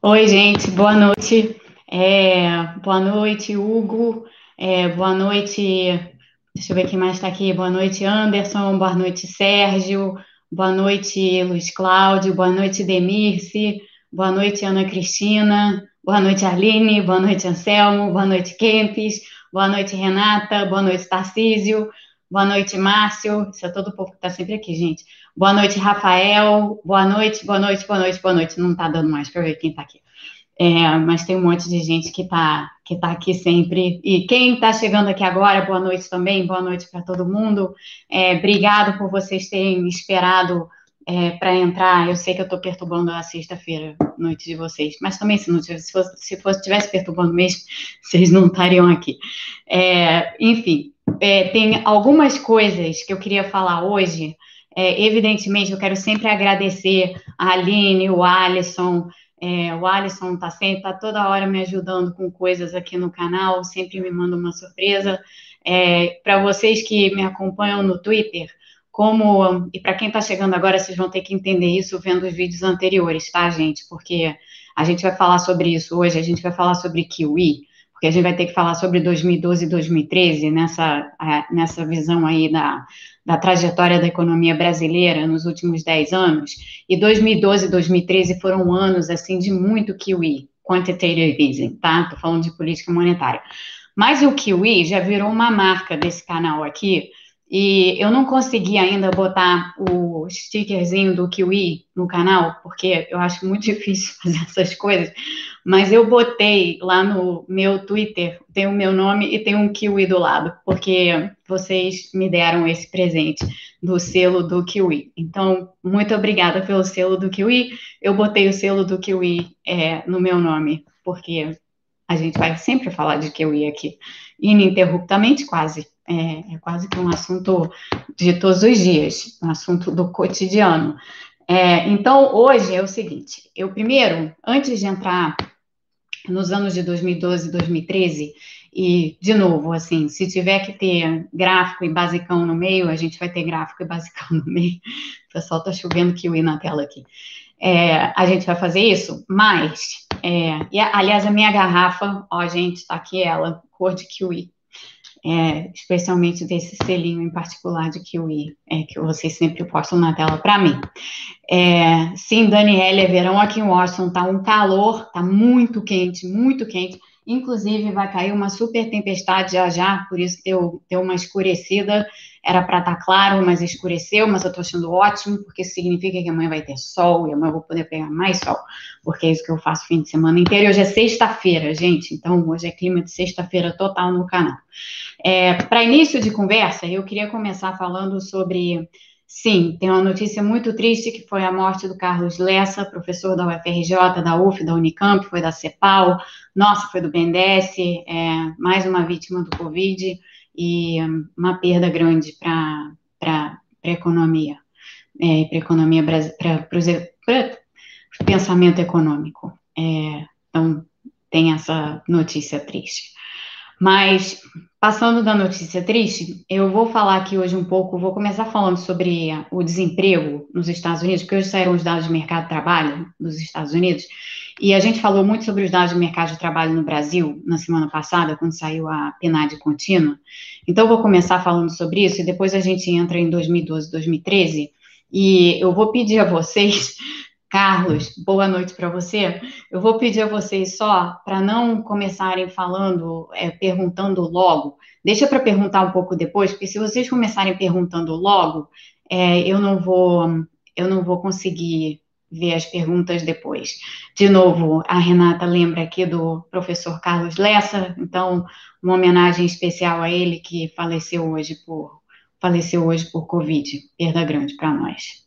Oi, gente, boa noite. Boa noite, Hugo. Boa noite. Deixa eu ver quem mais está aqui. Boa noite, Anderson. Boa noite, Sérgio. Boa noite, Luiz Cláudio. Boa noite, Demirce. Boa noite, Ana Cristina. Boa noite, Arline. Boa noite, Anselmo. Boa noite, Kempis. Boa noite, Renata. Boa noite, Tarcísio. Boa noite, Márcio. Isso é todo o povo que está sempre aqui, gente. Boa noite, Rafael. Boa noite, boa noite, boa noite, boa noite. Não está dando mais para ver quem está aqui. Mas tem um monte de gente que tá aqui sempre. E quem está chegando aqui agora, boa noite também, boa noite para todo mundo. Obrigado por vocês terem esperado para entrar. Eu sei que eu estou perturbando a sexta-feira, noite de vocês, mas também se tivesse perturbando mesmo, vocês não estariam aqui. Enfim, tem algumas coisas que eu queria falar hoje. Evidentemente, eu quero sempre agradecer a Aline, o Alisson. O Alisson tá toda hora me ajudando com coisas aqui no canal, sempre me manda uma surpresa. Para vocês que me acompanham no Twitter, e para quem está chegando agora, vocês vão ter que entender isso vendo os vídeos anteriores, tá, gente? Porque a gente vai falar sobre isso hoje, a gente vai falar sobre Kiwi, porque a gente vai ter que falar sobre 2012 e 2013, nessa visão aí da trajetória da economia brasileira nos últimos 10 anos. E 2012 e 2013 foram anos, assim, de muito QE, quantitative easing, tá? Tô falando de política monetária. Mas o QE já virou uma marca desse canal aqui, e eu não consegui ainda botar o stickerzinho do QE no canal, porque eu acho muito difícil fazer essas coisas, mas eu botei lá no meu Twitter, tem o meu nome e tem um Kiwi do lado, porque vocês me deram esse presente do selo do Kiwi. Então, muito obrigada pelo selo do Kiwi. Eu botei o selo do Kiwi no meu nome, porque a gente vai sempre falar de Kiwi aqui, ininterruptamente, quase. É quase que um assunto de todos os dias, um assunto do cotidiano. Então, hoje é o seguinte, eu primeiro, antes de entrar nos anos de 2012 e 2013, e, de novo, assim, se tiver que ter gráfico e basicão no meio, a gente vai ter gráfico e basicão no meio. O pessoal tá chovendo kiwi na tela aqui. A gente vai fazer isso, mas, aliás, a minha garrafa, ó, gente, tá aqui ela, cor de kiwi. Especialmente desse selinho em particular de kiwi, que vocês sempre postam na tela para mim. Sim, Daniela, é verão aqui em Washington, tá um calor, tá muito quente, muito quente. Inclusive, vai cair uma super tempestade já já, por isso deu uma escurecida. Era para estar claro, mas escureceu, mas eu tô achando ótimo, porque isso significa que amanhã vai ter sol, e amanhã eu vou poder pegar mais sol, porque é isso que eu faço o fim de semana inteiro. E hoje é sexta-feira, gente, então hoje é clima de sexta-feira total no canal. Para início de conversa, eu queria começar falando sobre... Sim, tem uma notícia muito triste, que foi a morte do Carlos Lessa, professor da UFRJ, da UF, da Unicamp, foi da CEPAL, nossa, foi do BNDES, mais uma vítima do Covid e uma perda grande para a economia, para o pensamento econômico. Então, tem essa notícia triste. Mas, passando da notícia triste, eu vou falar aqui hoje um pouco, vou começar falando sobre o desemprego nos Estados Unidos, porque hoje saíram os dados de mercado de trabalho dos Estados Unidos, e a gente falou muito sobre os dados de mercado de trabalho no Brasil na semana passada, quando saiu a PNAD contínua. Então, eu vou começar falando sobre isso, e depois a gente entra em 2012, 2013, e eu vou pedir a vocês... Carlos, boa noite para você. Eu vou pedir a vocês só para não começarem falando, perguntando logo. Deixa para perguntar um pouco depois, porque se vocês começarem perguntando logo, eu não vou conseguir ver as perguntas depois. De novo, a Renata lembra aqui do professor Carlos Lessa, então uma homenagem especial a ele que faleceu hoje por Covid. Perda grande para nós.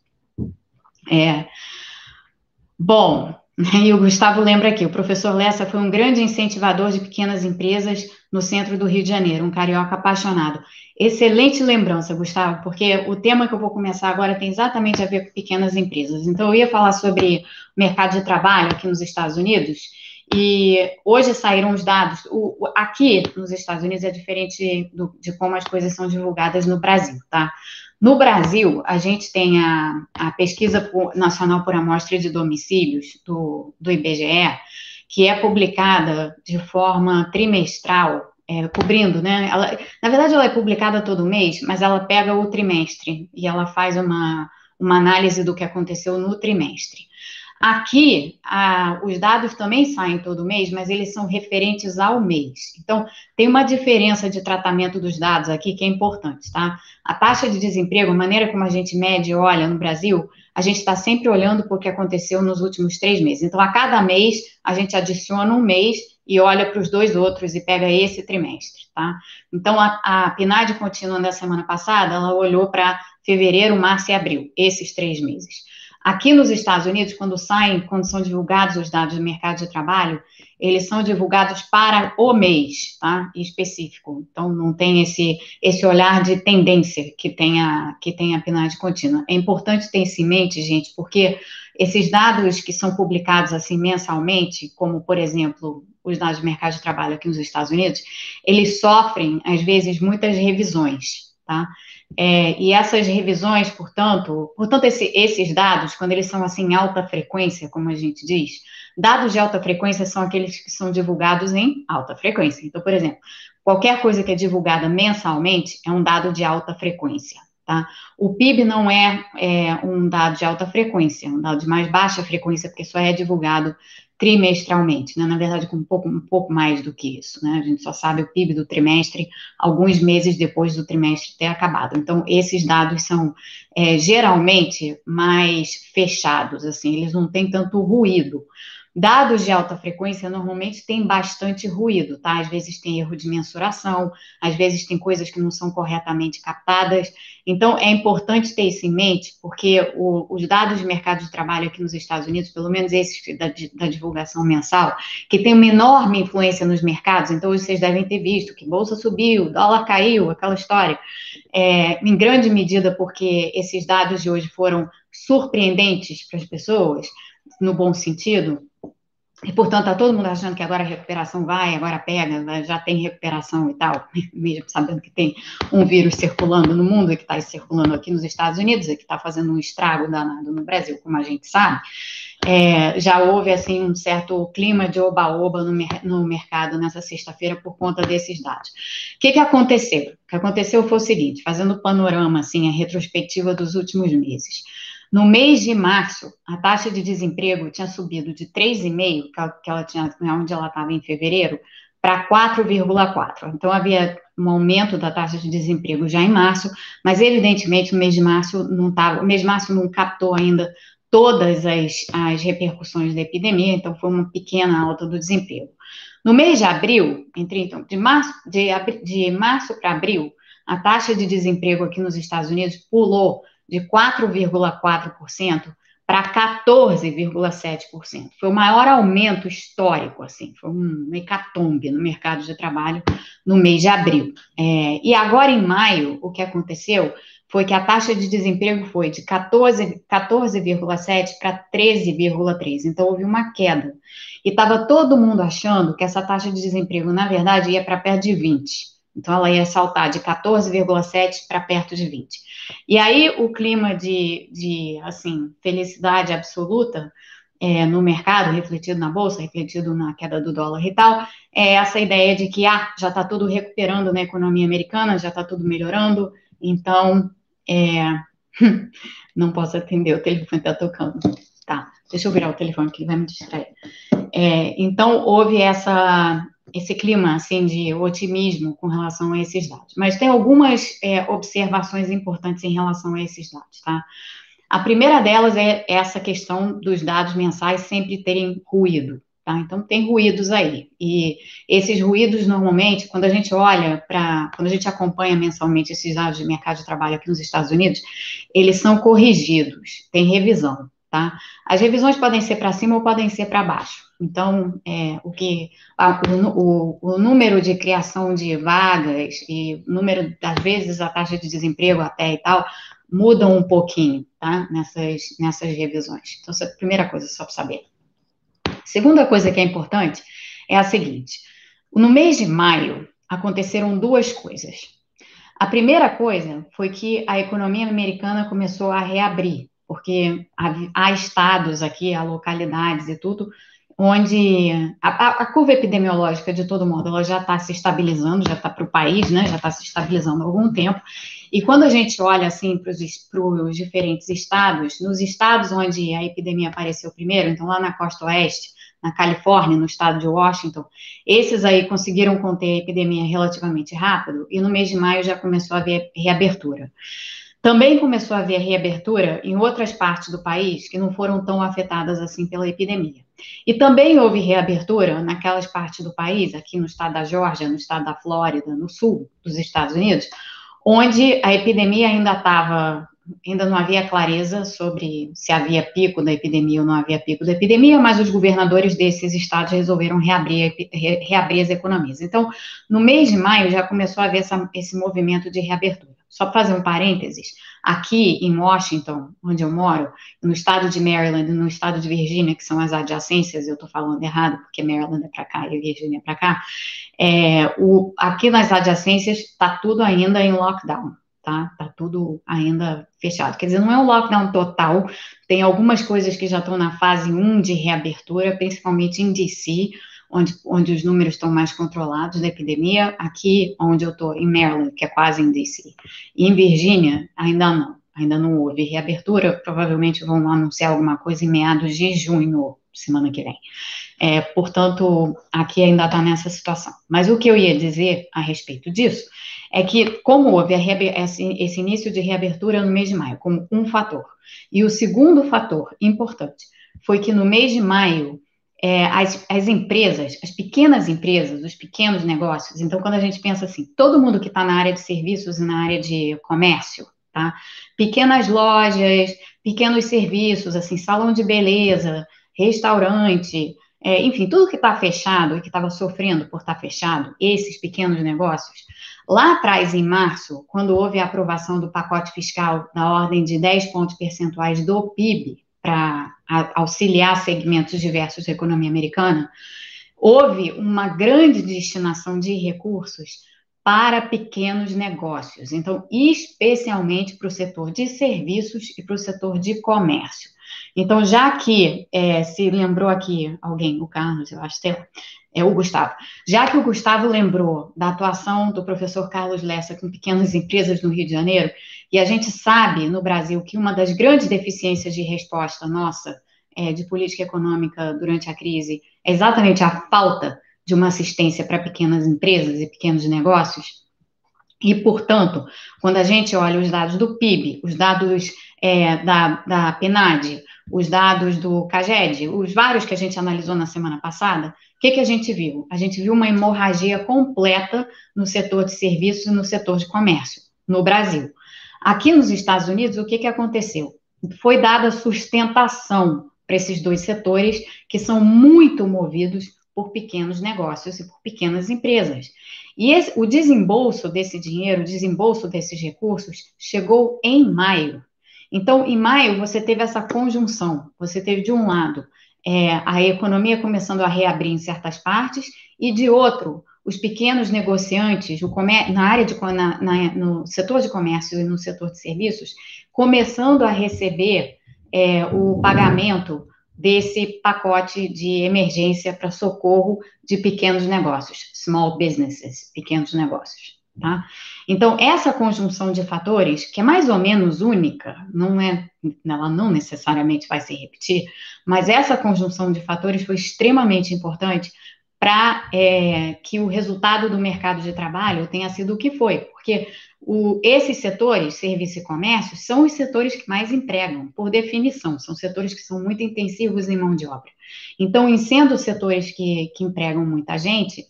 Bom, e o Gustavo lembra aqui, o professor Lessa foi um grande incentivador de pequenas empresas no centro do Rio de Janeiro, um carioca apaixonado. Excelente lembrança, Gustavo, porque o tema que eu vou começar agora tem exatamente a ver com pequenas empresas. Então, eu ia falar sobre o mercado de trabalho aqui nos Estados Unidos, e hoje saíram os dados. Aqui nos Estados Unidos é diferente de como as coisas são divulgadas no Brasil, tá? No Brasil, a gente tem a pesquisa nacional por amostra de domicílios do IBGE, que é publicada de forma trimestral, cobrindo, né? Na verdade, ela é publicada todo mês, mas ela pega o trimestre e ela faz uma análise do que aconteceu no trimestre. Aqui, os dados também saem todo mês, mas eles são referentes ao mês. Então, tem uma diferença de tratamento dos dados aqui que é importante, tá? A taxa de desemprego, a maneira como a gente mede e olha no Brasil, a gente está sempre olhando para o que aconteceu nos últimos 3 meses. Então, a cada mês, a gente adiciona um mês e olha para os 2 outros e pega esse trimestre, tá? Então, a PNAD contínua da semana passada, ela olhou para fevereiro, março e abril, esses 3 meses. Aqui nos Estados Unidos, quando são divulgados os dados do mercado de trabalho, eles são divulgados para o mês, tá? Específico. Então, não tem esse olhar de tendência que tem a PNAD contínua. É importante ter isso em mente, gente, porque esses dados que são publicados assim mensalmente, como, por exemplo, os dados do mercado de trabalho aqui nos Estados Unidos, eles sofrem, às vezes, muitas revisões, tá? E essas revisões, portanto esses dados, quando eles são assim em alta frequência, como a gente diz, dados de alta frequência são aqueles que são divulgados em alta frequência. Então, por exemplo, qualquer coisa que é divulgada mensalmente é um dado de alta frequência, tá? O PIB não é um dado de alta frequência, é um dado de mais baixa frequência, porque só é divulgado trimestralmente, né? Na verdade, com um pouco mais do que isso, né? A gente só sabe o PIB do trimestre alguns meses depois do trimestre ter acabado. Então, esses dados são geralmente mais fechados, assim, eles não têm tanto ruído. Dados de alta frequência normalmente têm bastante ruído, tá? Às vezes tem erro de mensuração, às vezes tem coisas que não são corretamente captadas. Então, é importante ter isso em mente, porque os dados de mercado de trabalho aqui nos Estados Unidos, pelo menos esses da divulgação mensal, que tem uma enorme influência nos mercados, então vocês devem ter visto que bolsa subiu, dólar caiu, aquela história, em grande medida porque esses dados de hoje foram surpreendentes para as pessoas, no bom sentido. E, portanto, está todo mundo achando que agora a recuperação vai, agora pega, já tem recuperação e tal, mesmo sabendo que tem um vírus circulando no mundo e que está circulando aqui nos Estados Unidos e que está fazendo um estrago danado no Brasil, como a gente sabe. Já houve, assim, um certo clima de oba-oba no mercado nessa sexta-feira por conta desses dados. O que aconteceu? O que aconteceu foi o seguinte, fazendo o panorama, assim, a retrospectiva dos últimos meses. No mês de março, a taxa de desemprego tinha subido de 3,5%, que ela tinha, onde ela estava em fevereiro, para 4,4%. Então, havia um aumento da taxa de desemprego já em março, mas, evidentemente, o mês de março não captou ainda todas as repercussões da epidemia, então foi uma pequena alta do desemprego. No mês de abril, de março para abril, a taxa de desemprego aqui nos Estados Unidos pulou de 4,4% para 14,7%. Foi o maior aumento histórico, assim, foi um hecatombe no mercado de trabalho no mês de abril. E agora, em maio, o que aconteceu foi que a taxa de desemprego foi de 14,7% para 13,3%. Então, houve uma queda. E estava todo mundo achando que essa taxa de desemprego, na verdade, ia para perto de 20%. Então, ela ia saltar de 14,7% para perto de 20%. E aí, o clima de assim, felicidade absoluta no mercado, refletido na bolsa, refletido na queda do dólar e tal, é essa ideia de que já está tudo recuperando na economia americana, já está tudo melhorando, então, não posso atender, o telefone está tocando. Tá, deixa eu virar o telefone que ele vai me distrair. Então, houve esse clima, assim, de otimismo com relação a esses dados. Mas tem algumas observações importantes em relação a esses dados, tá? A primeira delas é essa questão dos dados mensais sempre terem ruído, tá? Então, tem ruídos aí. E esses ruídos, normalmente, quando a gente acompanha mensalmente esses dados de mercado de trabalho aqui nos Estados Unidos, eles são corrigidos, tem revisão, tá? As revisões podem ser para cima ou podem ser para baixo. Então, o número de criação de vagas e o número, às vezes, a taxa de desemprego até e tal, mudam um pouquinho, tá? Nessas revisões. Então, essa é a primeira coisa, só para saber. Segunda coisa que é importante é a seguinte. No mês de maio, aconteceram duas coisas. A primeira coisa foi que a economia americana começou a reabrir, porque há estados aqui, há localidades e tudo, onde a curva epidemiológica, de todo modo, ela já está se estabilizando, já está para o país, né, já está se estabilizando há algum tempo, e quando a gente olha, assim, para os diferentes estados, nos estados onde a epidemia apareceu primeiro, então lá na costa oeste, na Califórnia, no estado de Washington, esses aí conseguiram conter a epidemia relativamente rápido, e no mês de maio já começou a haver reabertura. Também começou a haver reabertura em outras partes do país que não foram tão afetadas assim pela epidemia. E também houve reabertura naquelas partes do país, aqui no estado da Geórgia, no estado da Flórida, no sul dos Estados Unidos, onde a epidemia ainda não havia clareza sobre se havia pico da epidemia ou não havia pico da epidemia, mas os governadores desses estados resolveram reabrir as economias. Então, no mês de maio já começou a haver esse movimento de reabertura. Só para fazer um parênteses, aqui em Washington, onde eu moro, no estado de Maryland e no estado de Virgínia, que são as adjacências, eu estou falando errado, porque Maryland é para cá e Virgínia é para cá, aqui nas adjacências está tudo ainda em lockdown, tá? Está tudo ainda fechado. Quer dizer, não é um lockdown total, tem algumas coisas que já estão na fase 1 de reabertura, principalmente em DC, onde os números estão mais controlados da epidemia. Aqui onde eu estou, em Maryland, que é quase em DC. E em Virgínia, ainda não houve reabertura, provavelmente vão anunciar alguma coisa em meados de junho, semana que vem. Portanto, aqui ainda está nessa situação. Mas o que eu ia dizer a respeito disso é que, como houve esse início de reabertura no mês de maio, como um fator, e o segundo fator importante foi que no mês de maio, as empresas, as pequenas empresas, os pequenos negócios, então quando a gente pensa assim, todo mundo que está na área de serviços e na área de comércio, tá? Pequenas lojas, pequenos serviços, assim, salão de beleza, restaurante, enfim, tudo que está fechado e que estava sofrendo por estar fechado, esses pequenos negócios, lá atrás, em março, quando houve a aprovação do pacote fiscal da ordem de 10 pontos percentuais do PIB para auxiliar segmentos diversos da economia americana, houve uma grande destinação de recursos para pequenos negócios, então, especialmente para o setor de serviços e para o setor de comércio. Então, já que se lembrou aqui alguém, o Carlos, eu acho que é o Gustavo, já que o Gustavo lembrou da atuação do professor Carlos Lessa com pequenas empresas no Rio de Janeiro, e a gente sabe no Brasil que uma das grandes deficiências de resposta nossa de política econômica durante a crise é exatamente a falta de uma assistência para pequenas empresas e pequenos negócios. E, portanto, quando a gente olha os dados do PIB, os dados da PNAD, os dados do CAGED, os vários que a gente analisou na semana passada, o que a gente viu? A gente viu uma hemorragia completa no setor de serviços e no setor de comércio, no Brasil. Aqui nos Estados Unidos, o que aconteceu? Foi dada sustentação para esses dois setores que são muito movidos por pequenos negócios e por pequenas empresas. E o desembolso desse dinheiro, o desembolso desses recursos, chegou em maio. Então, em maio, você teve essa conjunção. Você teve, de um lado, a economia começando a reabrir em certas partes, e, de outro, os pequenos negociantes, no setor de comércio e no setor de serviços, começando a receber o pagamento desse pacote de emergência para socorro de pequenos negócios, small businesses, pequenos negócios, tá? Então, essa conjunção de fatores, que é mais ou menos única, ela não necessariamente vai se repetir, mas essa conjunção de fatores foi extremamente importante para que o resultado do mercado de trabalho tenha sido o que foi, porque esses setores, serviço e comércio, são os setores que mais empregam, por definição, são setores que são muito intensivos em mão de obra. Então, em sendo setores que empregam muita gente,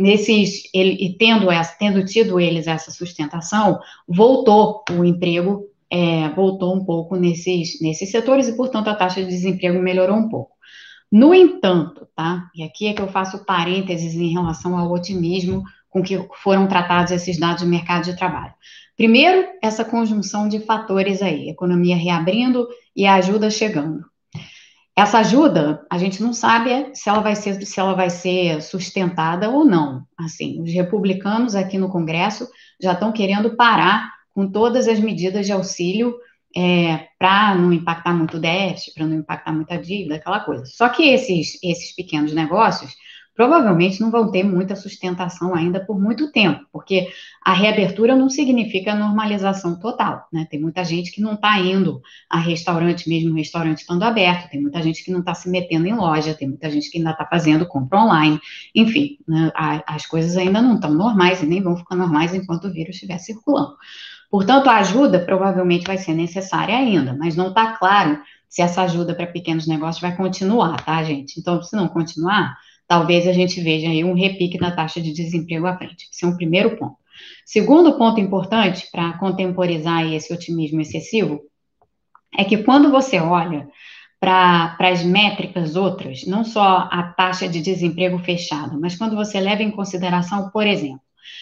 tendo tido eles essa sustentação, voltou o emprego, voltou um pouco nesses setores e, portanto, a taxa de desemprego melhorou um pouco. No entanto, tá? E aqui é que eu faço parênteses em relação ao otimismo com que foram tratados esses dados do mercado de trabalho. Primeiro, essa conjunção de fatores aí, economia reabrindo e a ajuda chegando. Essa ajuda, a gente não sabe se ela vai ser sustentada ou não. Assim, os republicanos aqui no Congresso já estão querendo parar com todas as medidas de auxílio para não impactar muito o déficit, para não impactar muita dívida, aquela coisa. Só que esses pequenos negócios provavelmente não vão ter muita sustentação ainda por muito tempo, porque a reabertura não significa normalização total, né? Tem muita gente que não está indo a restaurante, mesmo o restaurante estando aberto, tem muita gente que não está se metendo em loja, tem muita gente que ainda está fazendo compra online, enfim, né? As coisas ainda não estão normais e nem vão ficar normais enquanto o vírus estiver circulando. Portanto, a ajuda provavelmente vai ser necessária ainda, mas não está claro se essa ajuda para pequenos negócios vai continuar, tá, gente? Então, se não continuar, talvez a gente veja aí um repique da taxa de desemprego à frente. Esse é um primeiro ponto. Segundo ponto importante para contemporizar esse otimismo excessivo é que quando você olha para as métricas outras, não só a taxa de desemprego fechado, mas quando você leva em consideração, por exemplo,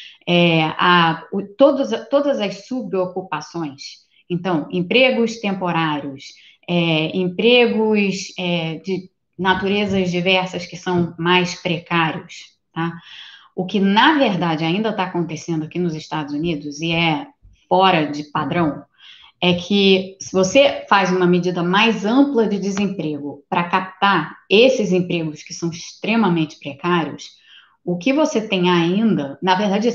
todas as subocupações, então, empregos temporários, empregos de naturezas diversas que são mais precários, tá? O que, na verdade, ainda está acontecendo aqui nos Estados Unidos e é fora de padrão, é que se você faz uma medida mais ampla de desemprego para captar esses empregos que são extremamente precários, o que você tem ainda, na verdade,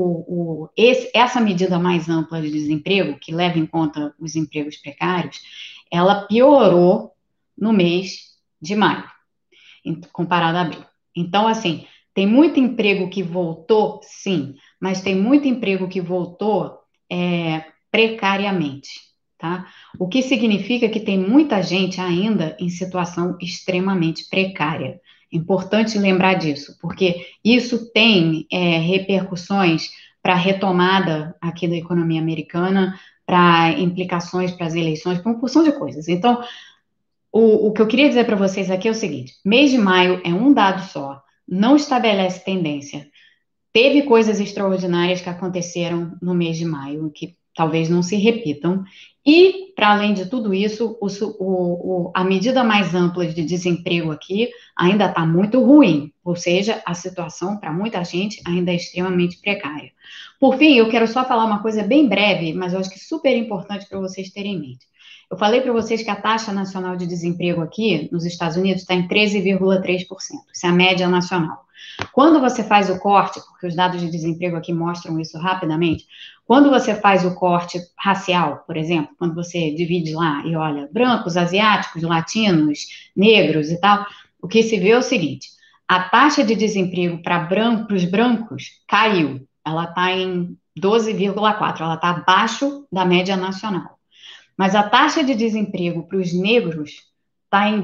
essa medida mais ampla de desemprego, que leva em conta os empregos precários, ela piorou no mês de maio, comparado a abril. Então, assim, tem muito emprego que voltou, sim, mas tem muito emprego que voltou precariamente, tá? O que significa que tem muita gente ainda em situação extremamente precária. É importante lembrar disso, porque isso tem repercussões para a retomada aqui da economia americana, para implicações para as eleições, para uma porção de coisas. Então, o que eu queria dizer para vocês aqui é o seguinte: mês de maio é um dado só, não estabelece tendência. Teve coisas extraordinárias que aconteceram no mês de maio, que talvez não se repitam. E, para além de tudo isso, a medida mais ampla de desemprego aqui ainda está muito ruim, ou seja, a situação para muita gente ainda é extremamente precária. Por fim, eu quero só falar uma coisa bem breve, mas eu acho que super importante para vocês terem em mente. Eu falei para vocês que a taxa nacional de desemprego aqui nos Estados Unidos está em 13,3%. Isso é a média nacional. Quando você faz o corte, porque os dados de desemprego aqui mostram isso rapidamente, quando você faz o corte racial, por exemplo, quando você divide lá e olha brancos, asiáticos, latinos, negros e tal, o que se vê é o seguinte: a taxa de desemprego para os brancos caiu, ela está em 12,4%, ela está abaixo da média nacional. Mas a taxa de desemprego para os negros está em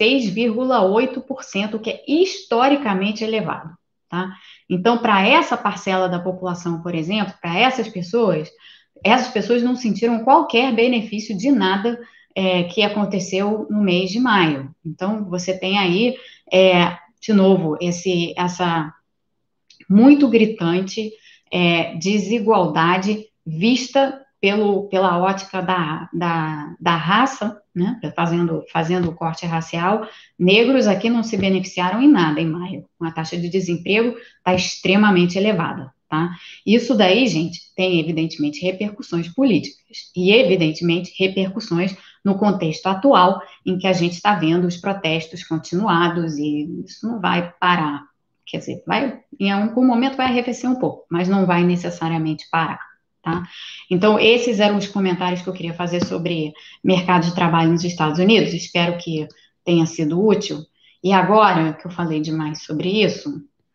16,8%, o que é historicamente elevado, tá? Então, para essa parcela da população, por exemplo, para essas pessoas não sentiram qualquer benefício de nada que aconteceu no mês de maio. Então, você tem aí, de novo, essa muito gritante desigualdade vista pela ótica da raça, né, fazendo o corte racial. Negros aqui não se beneficiaram em nada em maio. A taxa de desemprego está extremamente elevada, tá? Isso daí, gente, tem evidentemente repercussões políticas e evidentemente repercussões no contexto atual em que a gente está vendo os protestos continuados e isso não vai parar. Quer dizer, em algum momento vai arrefecer um pouco, mas não vai necessariamente parar. Tá? Então, esses eram os comentários que eu queria fazer sobre mercado de trabalho nos Estados Unidos. Espero que tenha sido útil. E agora que eu falei demais sobre isso,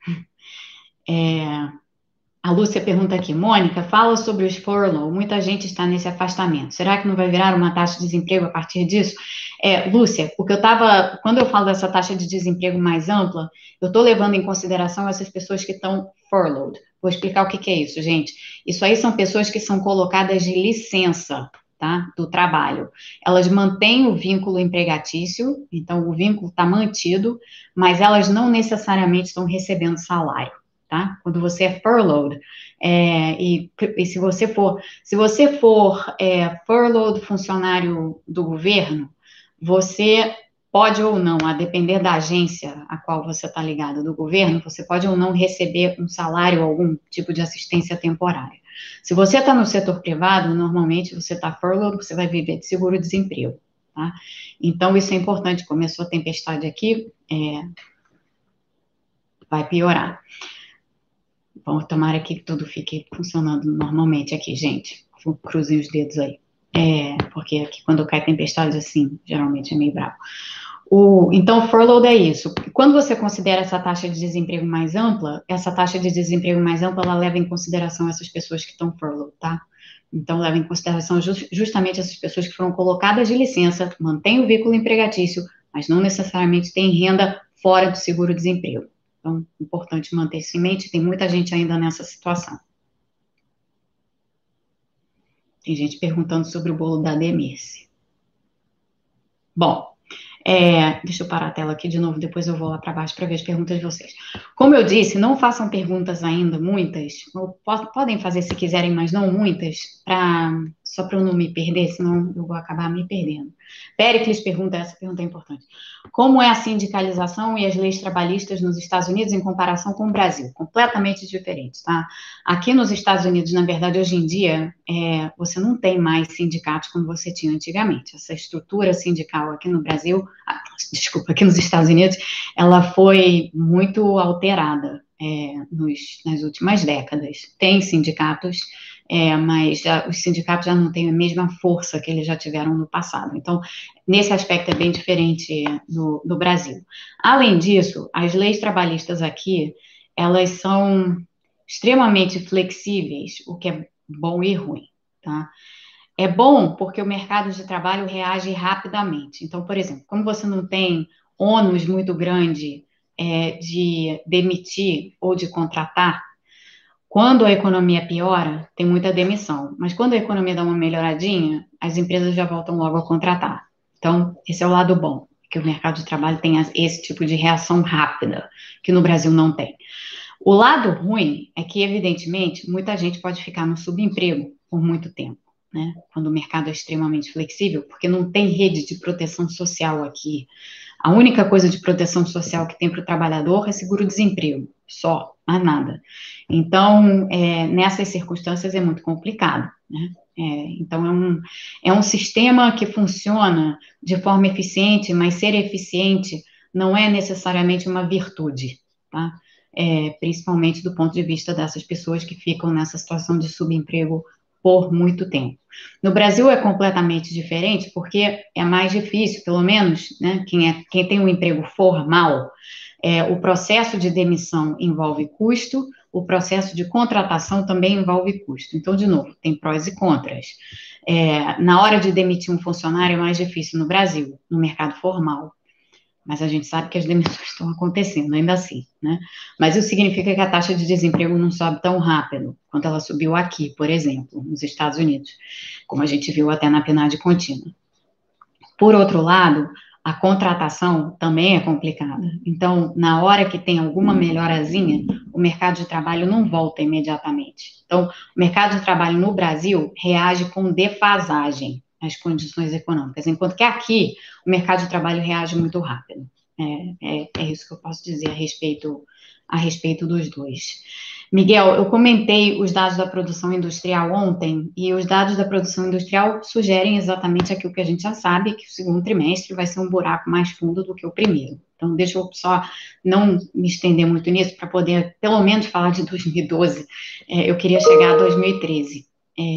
a Lúcia pergunta aqui: Mônica, fala sobre os furlough. Muita gente está nesse afastamento. Será que não vai virar uma taxa de desemprego a partir disso? Lúcia, quando eu falo dessa taxa de desemprego mais ampla, eu estou levando em consideração essas pessoas que estão furloughed. Vou explicar o que é isso, gente. Isso aí são pessoas que são colocadas de licença, tá, do trabalho. Elas mantêm o vínculo empregatício, então o vínculo está mantido, mas elas não necessariamente estão recebendo salário, tá? Quando você é furloughed, e se você for furloughed funcionário do governo, você pode ou não, a depender da agência a qual você está ligado do governo, você pode ou não receber um salário ou algum tipo de assistência temporária. Se você está no setor privado, normalmente você está furloughed, você vai viver de seguro-desemprego, tá? Então, isso é importante. Começou a tempestade aqui, vai piorar. Bom, tomara que tudo fique funcionando normalmente aqui, gente. Cruzem os dedos aí. Porque aqui quando cai tempestade assim, geralmente é meio bravo. Então, o furlough é isso. Quando você considera essa taxa de desemprego mais ampla, essa taxa de desemprego mais ampla, ela leva em consideração essas pessoas que estão furlough, tá? Então, leva em consideração justamente essas pessoas que foram colocadas de licença, mantêm o vínculo empregatício, mas não necessariamente têm renda fora do seguro-desemprego. Então, importante manter isso em mente, tem muita gente ainda nessa situação. Tem gente perguntando sobre o bolo da Demirce. Bom, deixa eu parar a tela aqui de novo, depois eu vou lá para baixo para ver as perguntas de vocês. Como eu disse, não façam perguntas ainda, muitas, ou podem fazer se quiserem, mas não muitas, só para eu não me perder, senão eu vou acabar me perdendo. Péricles pergunta, essa pergunta é importante. Como é a sindicalização e as leis trabalhistas nos Estados Unidos em comparação com o Brasil? Completamente diferentes, tá? Aqui nos Estados Unidos, na verdade, hoje em dia, você não tem mais sindicatos como você tinha antigamente. Essa estrutura sindical aqui no Brasil, aqui nos Estados Unidos, ela foi muito alterada nas últimas décadas. Tem sindicatos, mas os sindicatos já não têm a mesma força que eles já tiveram no passado. Então, nesse aspecto é bem diferente do Brasil. Além disso, as leis trabalhistas aqui, elas são extremamente flexíveis, o que é bom e ruim, tá? É bom porque o mercado de trabalho reage rapidamente. Então, por exemplo, como você não tem ônus muito grande de demitir ou de contratar, quando a economia piora, tem muita demissão. Mas quando a economia dá uma melhoradinha, as empresas já voltam logo a contratar. Então, esse é o lado bom, que o mercado de trabalho tem esse tipo de reação rápida, que no Brasil não tem. O lado ruim é que, evidentemente, muita gente pode ficar no subemprego por muito tempo, né? Quando o mercado é extremamente flexível, porque não tem rede de proteção social aqui. A única coisa de proteção social que tem para o trabalhador é seguro-desemprego, só, mais nada. Então, nessas circunstâncias é muito complicado, né? Então, é um sistema que funciona de forma eficiente, mas ser eficiente não é necessariamente uma virtude, tá? Principalmente do ponto de vista dessas pessoas que ficam nessa situação de subemprego por muito tempo. No Brasil é completamente diferente, porque é mais difícil, pelo menos, né, quem tem um emprego formal, o processo de demissão envolve custo, o processo de contratação também envolve custo. Então, de novo, tem prós e contras. Na hora de demitir um funcionário é mais difícil no Brasil, no mercado formal. Mas a gente sabe que as demissões estão acontecendo, ainda assim, né? Mas isso significa que a taxa de desemprego não sobe tão rápido quanto ela subiu aqui, por exemplo, nos Estados Unidos, como a gente viu até na PNAD contínua. Por outro lado, a contratação também é complicada. Então, na hora que tem alguma melhorazinha, o mercado de trabalho não volta imediatamente. Então, o mercado de trabalho no Brasil reage com defasagem às condições econômicas, enquanto que aqui o mercado de trabalho reage muito rápido. É isso que eu posso dizer a respeito dos dois. Miguel, eu comentei os dados da produção industrial ontem, e os dados da produção industrial sugerem exatamente aquilo que a gente já sabe, que o segundo trimestre vai ser um buraco mais fundo do que o primeiro. Então, deixa eu só não me estender muito nisso, para poder, pelo menos, falar de 2012. Eu queria chegar a 2013.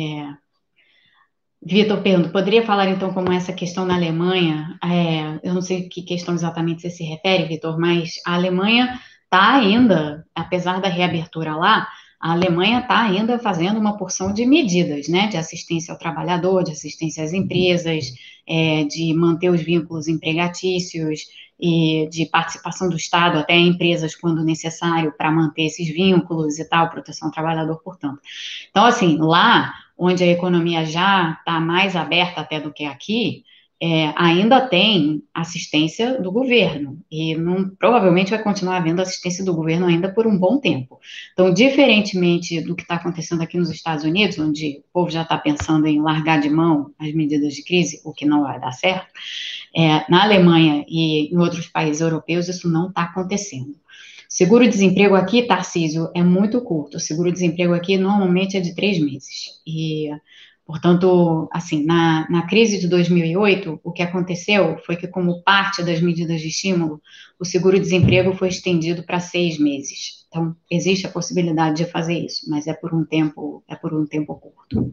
Vitor pergunta, poderia falar então como essa questão na Alemanha, eu não sei que questão exatamente você se refere, Vitor, mas a Alemanha está ainda, apesar da reabertura lá, a Alemanha está ainda fazendo uma porção de medidas, né, de assistência ao trabalhador, de assistência às empresas, de manter os vínculos empregatícios e de participação do Estado até em empresas quando necessário para manter esses vínculos e tal, proteção ao trabalhador, portanto. Então, assim, lá onde a economia já está mais aberta até do que aqui, ainda tem assistência do governo, e provavelmente vai continuar havendo assistência do governo ainda por um bom tempo. Então, diferentemente do que está acontecendo aqui nos Estados Unidos, onde o povo já está pensando em largar de mão as medidas de crise, o que não vai dar certo, na Alemanha e em outros países europeus isso não está acontecendo. Seguro-desemprego aqui, Tarcísio, é muito curto. O seguro-desemprego aqui normalmente é de 3 meses. E, portanto, assim, na crise de 2008, o que aconteceu foi que, como parte das medidas de estímulo, o seguro-desemprego foi estendido para 6 meses. Então, existe a possibilidade de fazer isso, mas é por um tempo curto.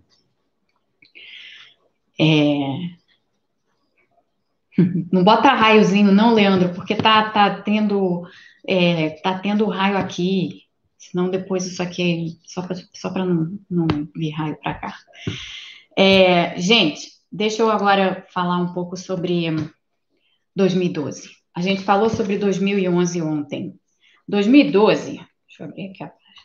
Não bota raiozinho, não, Leandro, porque tá tendo raio aqui. Senão depois isso aqui, só para não vir raio para cá. Gente, deixa eu agora falar um pouco sobre 2012. A gente falou sobre 2011 ontem. 2012, deixa eu abrir aqui a página.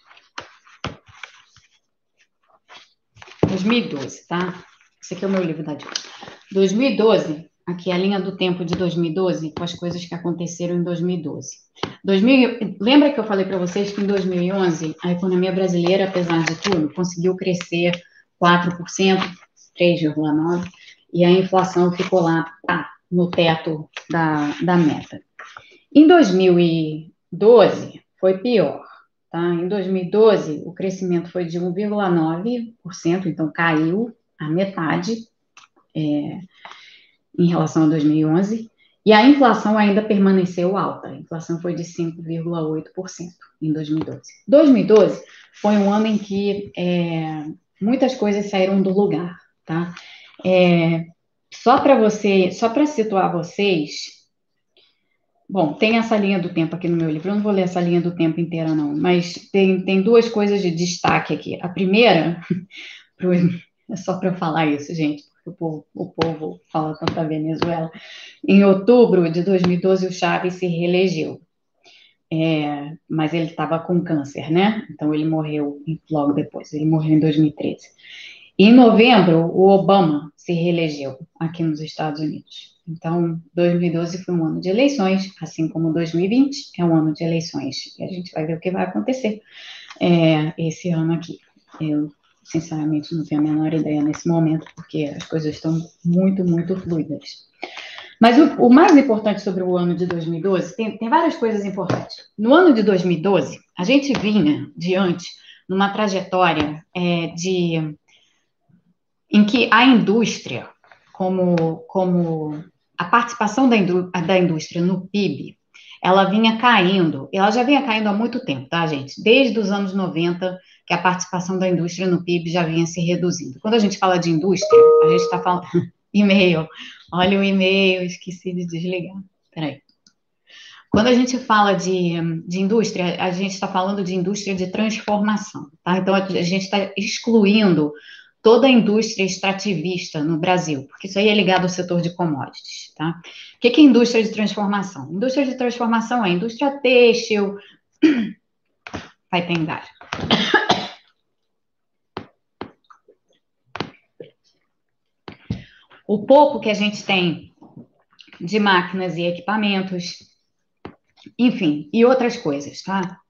2012, tá? Esse aqui é o meu livro da dica. 2012, aqui é a linha do tempo de 2012, com as coisas que aconteceram em 2012. Lembra que eu falei para vocês que em 2011 a economia brasileira, apesar de tudo, conseguiu crescer 4%, 3,9%, e a inflação ficou lá no teto da meta. Em 2012 foi pior. Tá? Em 2012, o crescimento foi de 1,9%, então caiu a metade em relação a 2011, e a inflação ainda permaneceu alta. A inflação foi de 5,8% em 2012. 2012 foi um ano em que muitas coisas saíram do lugar, tá? Só para situar vocês, bom, tem essa linha do tempo aqui no meu livro, eu não vou ler essa linha do tempo inteira, não, mas tem duas coisas de destaque aqui. A primeira, é só para eu falar isso, gente, porque o povo fala tanto da Venezuela. Em outubro de 2012, o Chávez se reelegeu, mas ele estava com câncer, né? Então ele morreu logo depois, ele morreu em 2013. Em novembro, o Obama se reelegeu aqui nos Estados Unidos. Então, 2012 foi um ano de eleições, assim como 2020 é um ano de eleições. E a gente vai ver o que vai acontecer esse ano aqui. Eu, sinceramente, não tenho a menor ideia nesse momento, porque as coisas estão muito, muito fluidas. Mas o mais importante sobre o ano de 2012, tem várias coisas importantes. No ano de 2012, a gente vinha diante numa trajetória em que a indústria, como a participação da indústria no PIB, ela vinha caindo, ela já vinha caindo há muito tempo, tá, gente? Desde os anos 90, que a participação da indústria no PIB já vinha se reduzindo. Quando a gente fala de indústria, a gente está falando... E-mail, olha o e-mail, esqueci de desligar. Peraí. Quando a gente fala de indústria, a gente está falando de indústria de transformação, tá? Então, a gente está excluindo toda a indústria extrativista no Brasil, porque isso aí é ligado ao setor de commodities, tá? O que é indústria de transformação? Indústria de transformação é indústria têxtil, vai ter gás. O pouco que a gente tem de máquinas e equipamentos, enfim, e outras coisas, tá?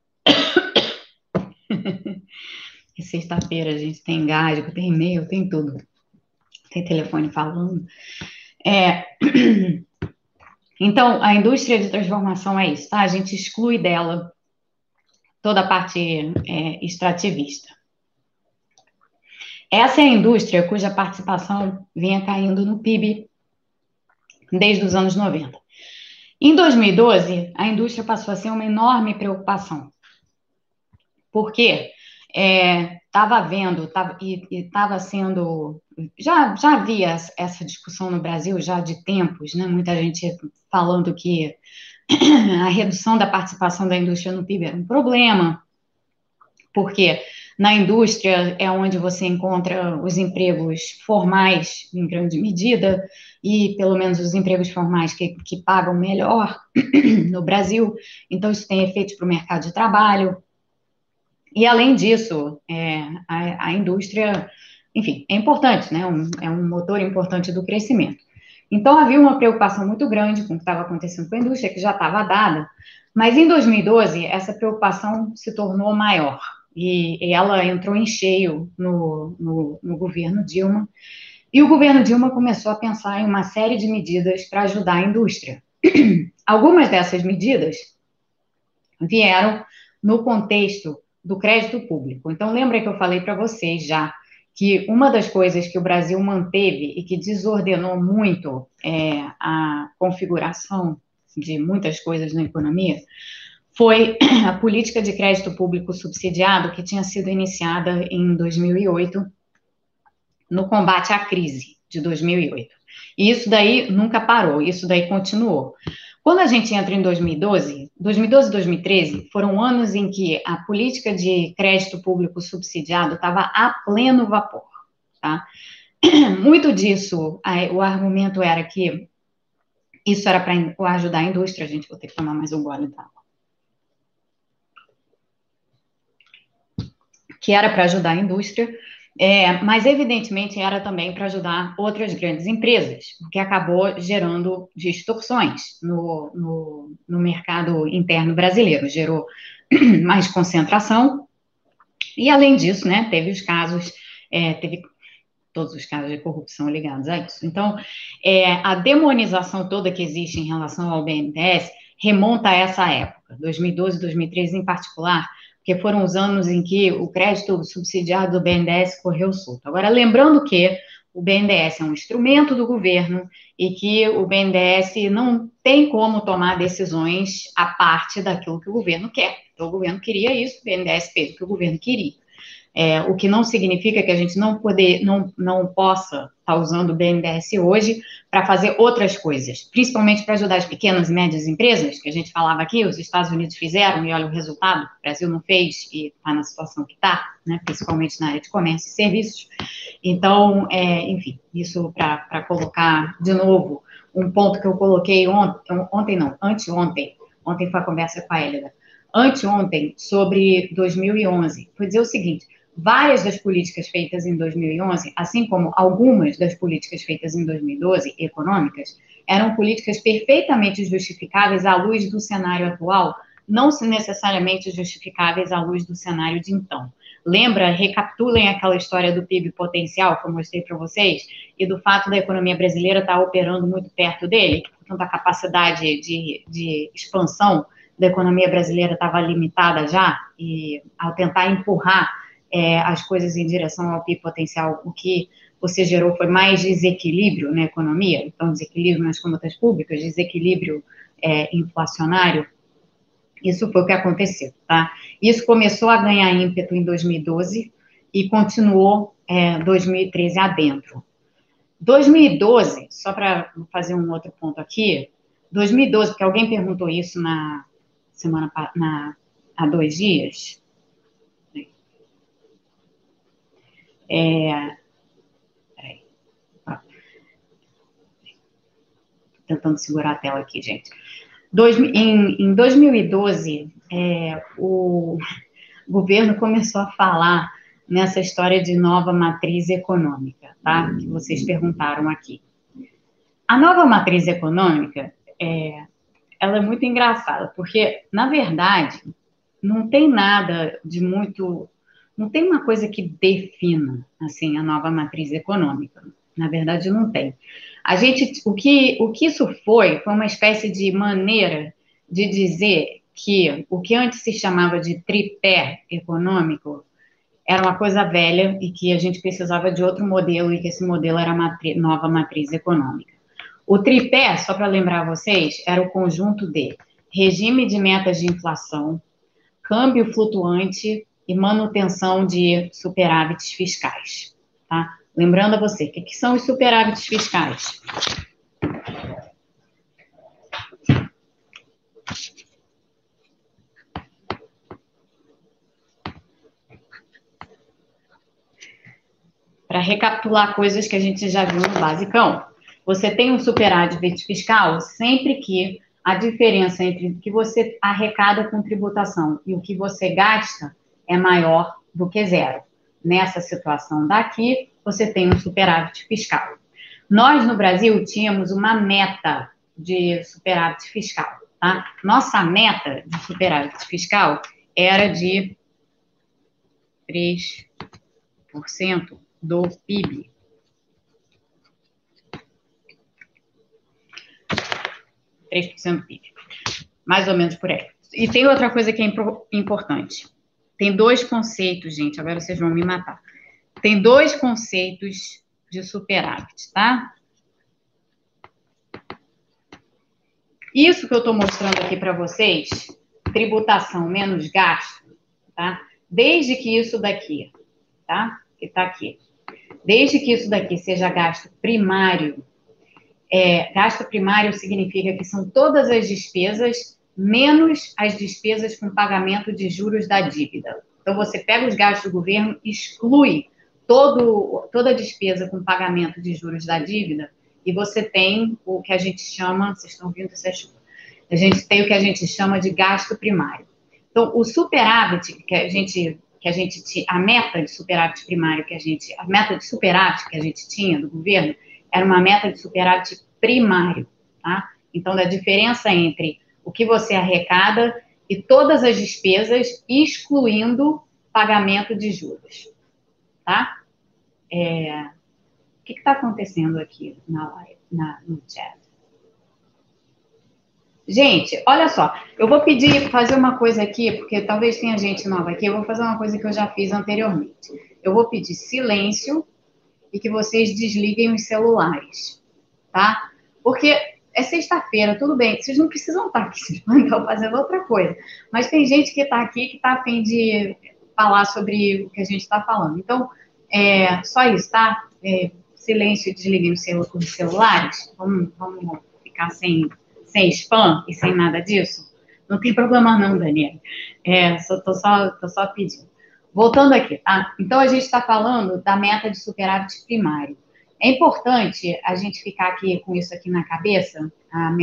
Sexta-feira a gente tem engasgo, tem e-mail, tem tudo. Tem telefone falando. Então, a indústria de transformação é isso, tá? A gente exclui dela toda a parte extrativista. Essa é a indústria cuja participação vinha caindo no PIB desde os anos 90. Em 2012, a indústria passou a ser uma enorme preocupação. Por quê? Estava vendo, estava sendo... Já havia essa discussão no Brasil já de tempos, né? Muita gente falando que a redução da participação da indústria no PIB era um problema, porque na indústria é onde você encontra os empregos formais, em grande medida, e pelo menos os empregos formais que pagam melhor no Brasil. Então, isso tem efeitos para o mercado de trabalho. E, além disso, a indústria, enfim, é importante, né? É um motor importante do crescimento. Então, havia uma preocupação muito grande com o que estava acontecendo com a indústria, que já estava dada, mas em 2012, essa preocupação se tornou maior, e ela entrou em cheio no governo Dilma, e o governo Dilma começou a pensar em uma série de medidas para ajudar a indústria. Algumas dessas medidas vieram no contexto do crédito público. Então, lembra que eu falei para vocês já que uma das coisas que o Brasil manteve e que desordenou muito a configuração de muitas coisas na economia foi a política de crédito público subsidiado que tinha sido iniciada em 2008 no combate à crise de 2008. E isso daí nunca parou, isso daí continuou. Quando a gente entra em 2012 e 2013 foram anos em que a política de crédito público subsidiado estava a pleno vapor, tá? Muito disso, o argumento era que isso era para ajudar a indústria. Gente, vou ter que tomar mais um gole d'água. Que era para ajudar a indústria, mas evidentemente era também para ajudar outras grandes empresas, o que acabou gerando distorções no mercado interno brasileiro, gerou mais concentração, e além disso, né, teve os casos, teve todos os casos de corrupção ligados a isso. Então, a demonização toda que existe em relação ao BNDES remonta a essa época, 2012, 2013 em particular, porque foram os anos em que o crédito subsidiado do BNDES correu solto. Agora, lembrando que o BNDES é um instrumento do governo e que o BNDES não tem como tomar decisões a parte daquilo que o governo quer. Então, o governo queria isso, o BNDES fez o que o governo queria. O que não significa que a gente não possa estar usando o BNDES hoje para fazer outras coisas, principalmente para ajudar as pequenas e médias empresas, que a gente falava aqui, os Estados Unidos fizeram e olha o resultado, o Brasil não fez e está na situação que está, né, principalmente na área de comércio e serviços. Então, enfim, isso para colocar de novo um ponto que eu coloquei anteontem foi a conversa com a Hélida, anteontem, sobre 2011, foi dizer o seguinte: várias das políticas feitas em 2011, assim como algumas das políticas feitas em 2012, econômicas, eram políticas perfeitamente justificáveis à luz do cenário atual, não necessariamente justificáveis à luz do cenário de então. Lembra, recapitulem aquela história do PIB potencial que eu mostrei para vocês e do fato da economia brasileira estar operando muito perto dele, que, portanto, a capacidade de expansão da economia brasileira estava limitada já, e ao tentar empurrar as coisas em direção ao PIB potencial, o que você gerou foi mais desequilíbrio na economia, então desequilíbrio nas contas públicas, desequilíbrio inflacionário. Isso foi o que aconteceu, tá? Isso começou a ganhar ímpeto em 2012 e continuou 2013 adentro. 2012, só para fazer um outro ponto aqui, 2012, porque alguém perguntou isso na semana, há 2 dias. Peraí. Tentando segurar a tela aqui, gente. Em 2012, o governo começou a falar nessa história de nova matriz econômica, tá? Que vocês perguntaram aqui. A nova matriz econômica, ela é muito engraçada, porque, na verdade, não tem nada de muito... Não tem uma coisa que defina, assim, a nova matriz econômica. Na verdade, não tem. O que isso foi uma espécie de maneira de dizer que o que antes se chamava de tripé econômico era uma coisa velha e que a gente precisava de outro modelo e que esse modelo era a nova matriz econômica. O tripé, só para lembrar vocês, era o conjunto de regime de metas de inflação, câmbio flutuante e manutenção de superávites fiscais, tá? Lembrando a você, o que são os superávites fiscais? Para recapitular coisas que a gente já viu no basicão. Você tem um superávit fiscal sempre que a diferença entre o que você arrecada com tributação e o que você gasta é maior do que zero. Nessa situação daqui, você tem um superávit fiscal. Nós, no Brasil, tínhamos uma meta de superávit fiscal, tá? Nossa meta de superávit fiscal era de 3% do PIB. 3% do PIB. Mais ou menos por aí. E tem outra coisa que é importante. Tem dois conceitos, gente, agora vocês vão me matar. Tem dois conceitos de superávit, tá? Isso que eu estou mostrando aqui para vocês, tributação menos gasto, tá? Desde que isso daqui, tá? Que está aqui. Desde que isso daqui seja gasto primário, gasto primário significa que são todas as despesas menos as despesas com pagamento de juros da dívida. Então, você pega os gastos do governo, exclui toda a despesa com pagamento de juros da dívida, e você tem o que a gente chama, vocês estão ouvindo essa chuva? A gente tem o que a gente chama de gasto primário. Então, o superávit a meta de superávit primário a meta de superávit que a gente tinha do governo era uma meta de superávit primário, tá? Então, da diferença entre o que você arrecada e todas as despesas, excluindo pagamento de juros, tá? O que está acontecendo aqui na live, no chat? Gente, olha só, eu vou fazer uma coisa aqui, porque talvez tenha gente nova aqui, eu vou fazer uma coisa que eu já fiz anteriormente. Eu vou pedir silêncio e que vocês desliguem os celulares, tá? Porque é sexta-feira, tudo bem, vocês não precisam estar aqui, vocês podem estar fazendo outra coisa. Mas tem gente que está aqui que está a fim de falar sobre o que a gente está falando. Então, só isso, tá? Silêncio e desliguem os celulares. Vamos ficar sem spam e sem nada disso? Não tem problema não, Daniela. Tô só pedindo. Voltando aqui, tá? Então, a gente está falando da meta de superávit primário. É importante a gente ficar aqui com isso aqui na cabeça,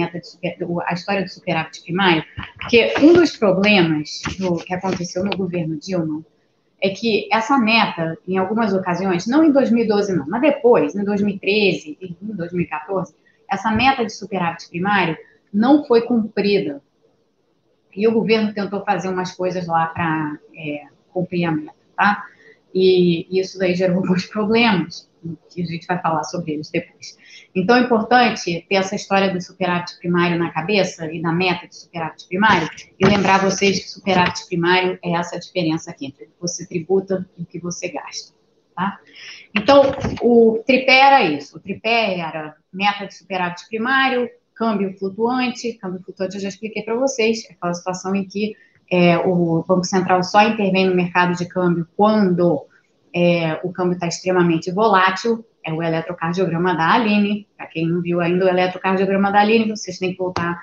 a história do superávit primário, porque um dos problemas que aconteceu no governo Dilma é que essa meta, em algumas ocasiões, não em 2012 não, mas depois, em 2013 e em 2014, essa meta de superávit primário não foi cumprida. E o governo tentou fazer umas coisas lá para cumprir a meta, tá? E isso daí gerou alguns problemas, que a gente vai falar sobre eles depois. Então, é importante ter essa história do superávit primário na cabeça e da meta de superávit primário e lembrar vocês que superávit primário é essa diferença aqui entre o que você tributa e o que você gasta, tá? Então, o tripé era isso. O tripé era meta de superávit primário, câmbio flutuante eu já expliquei para vocês, é aquela situação em que o Banco Central só intervém no mercado de câmbio quando o câmbio está extremamente volátil, é o eletrocardiograma da Aline. Para quem não viu ainda o eletrocardiograma da Aline, vocês têm que voltar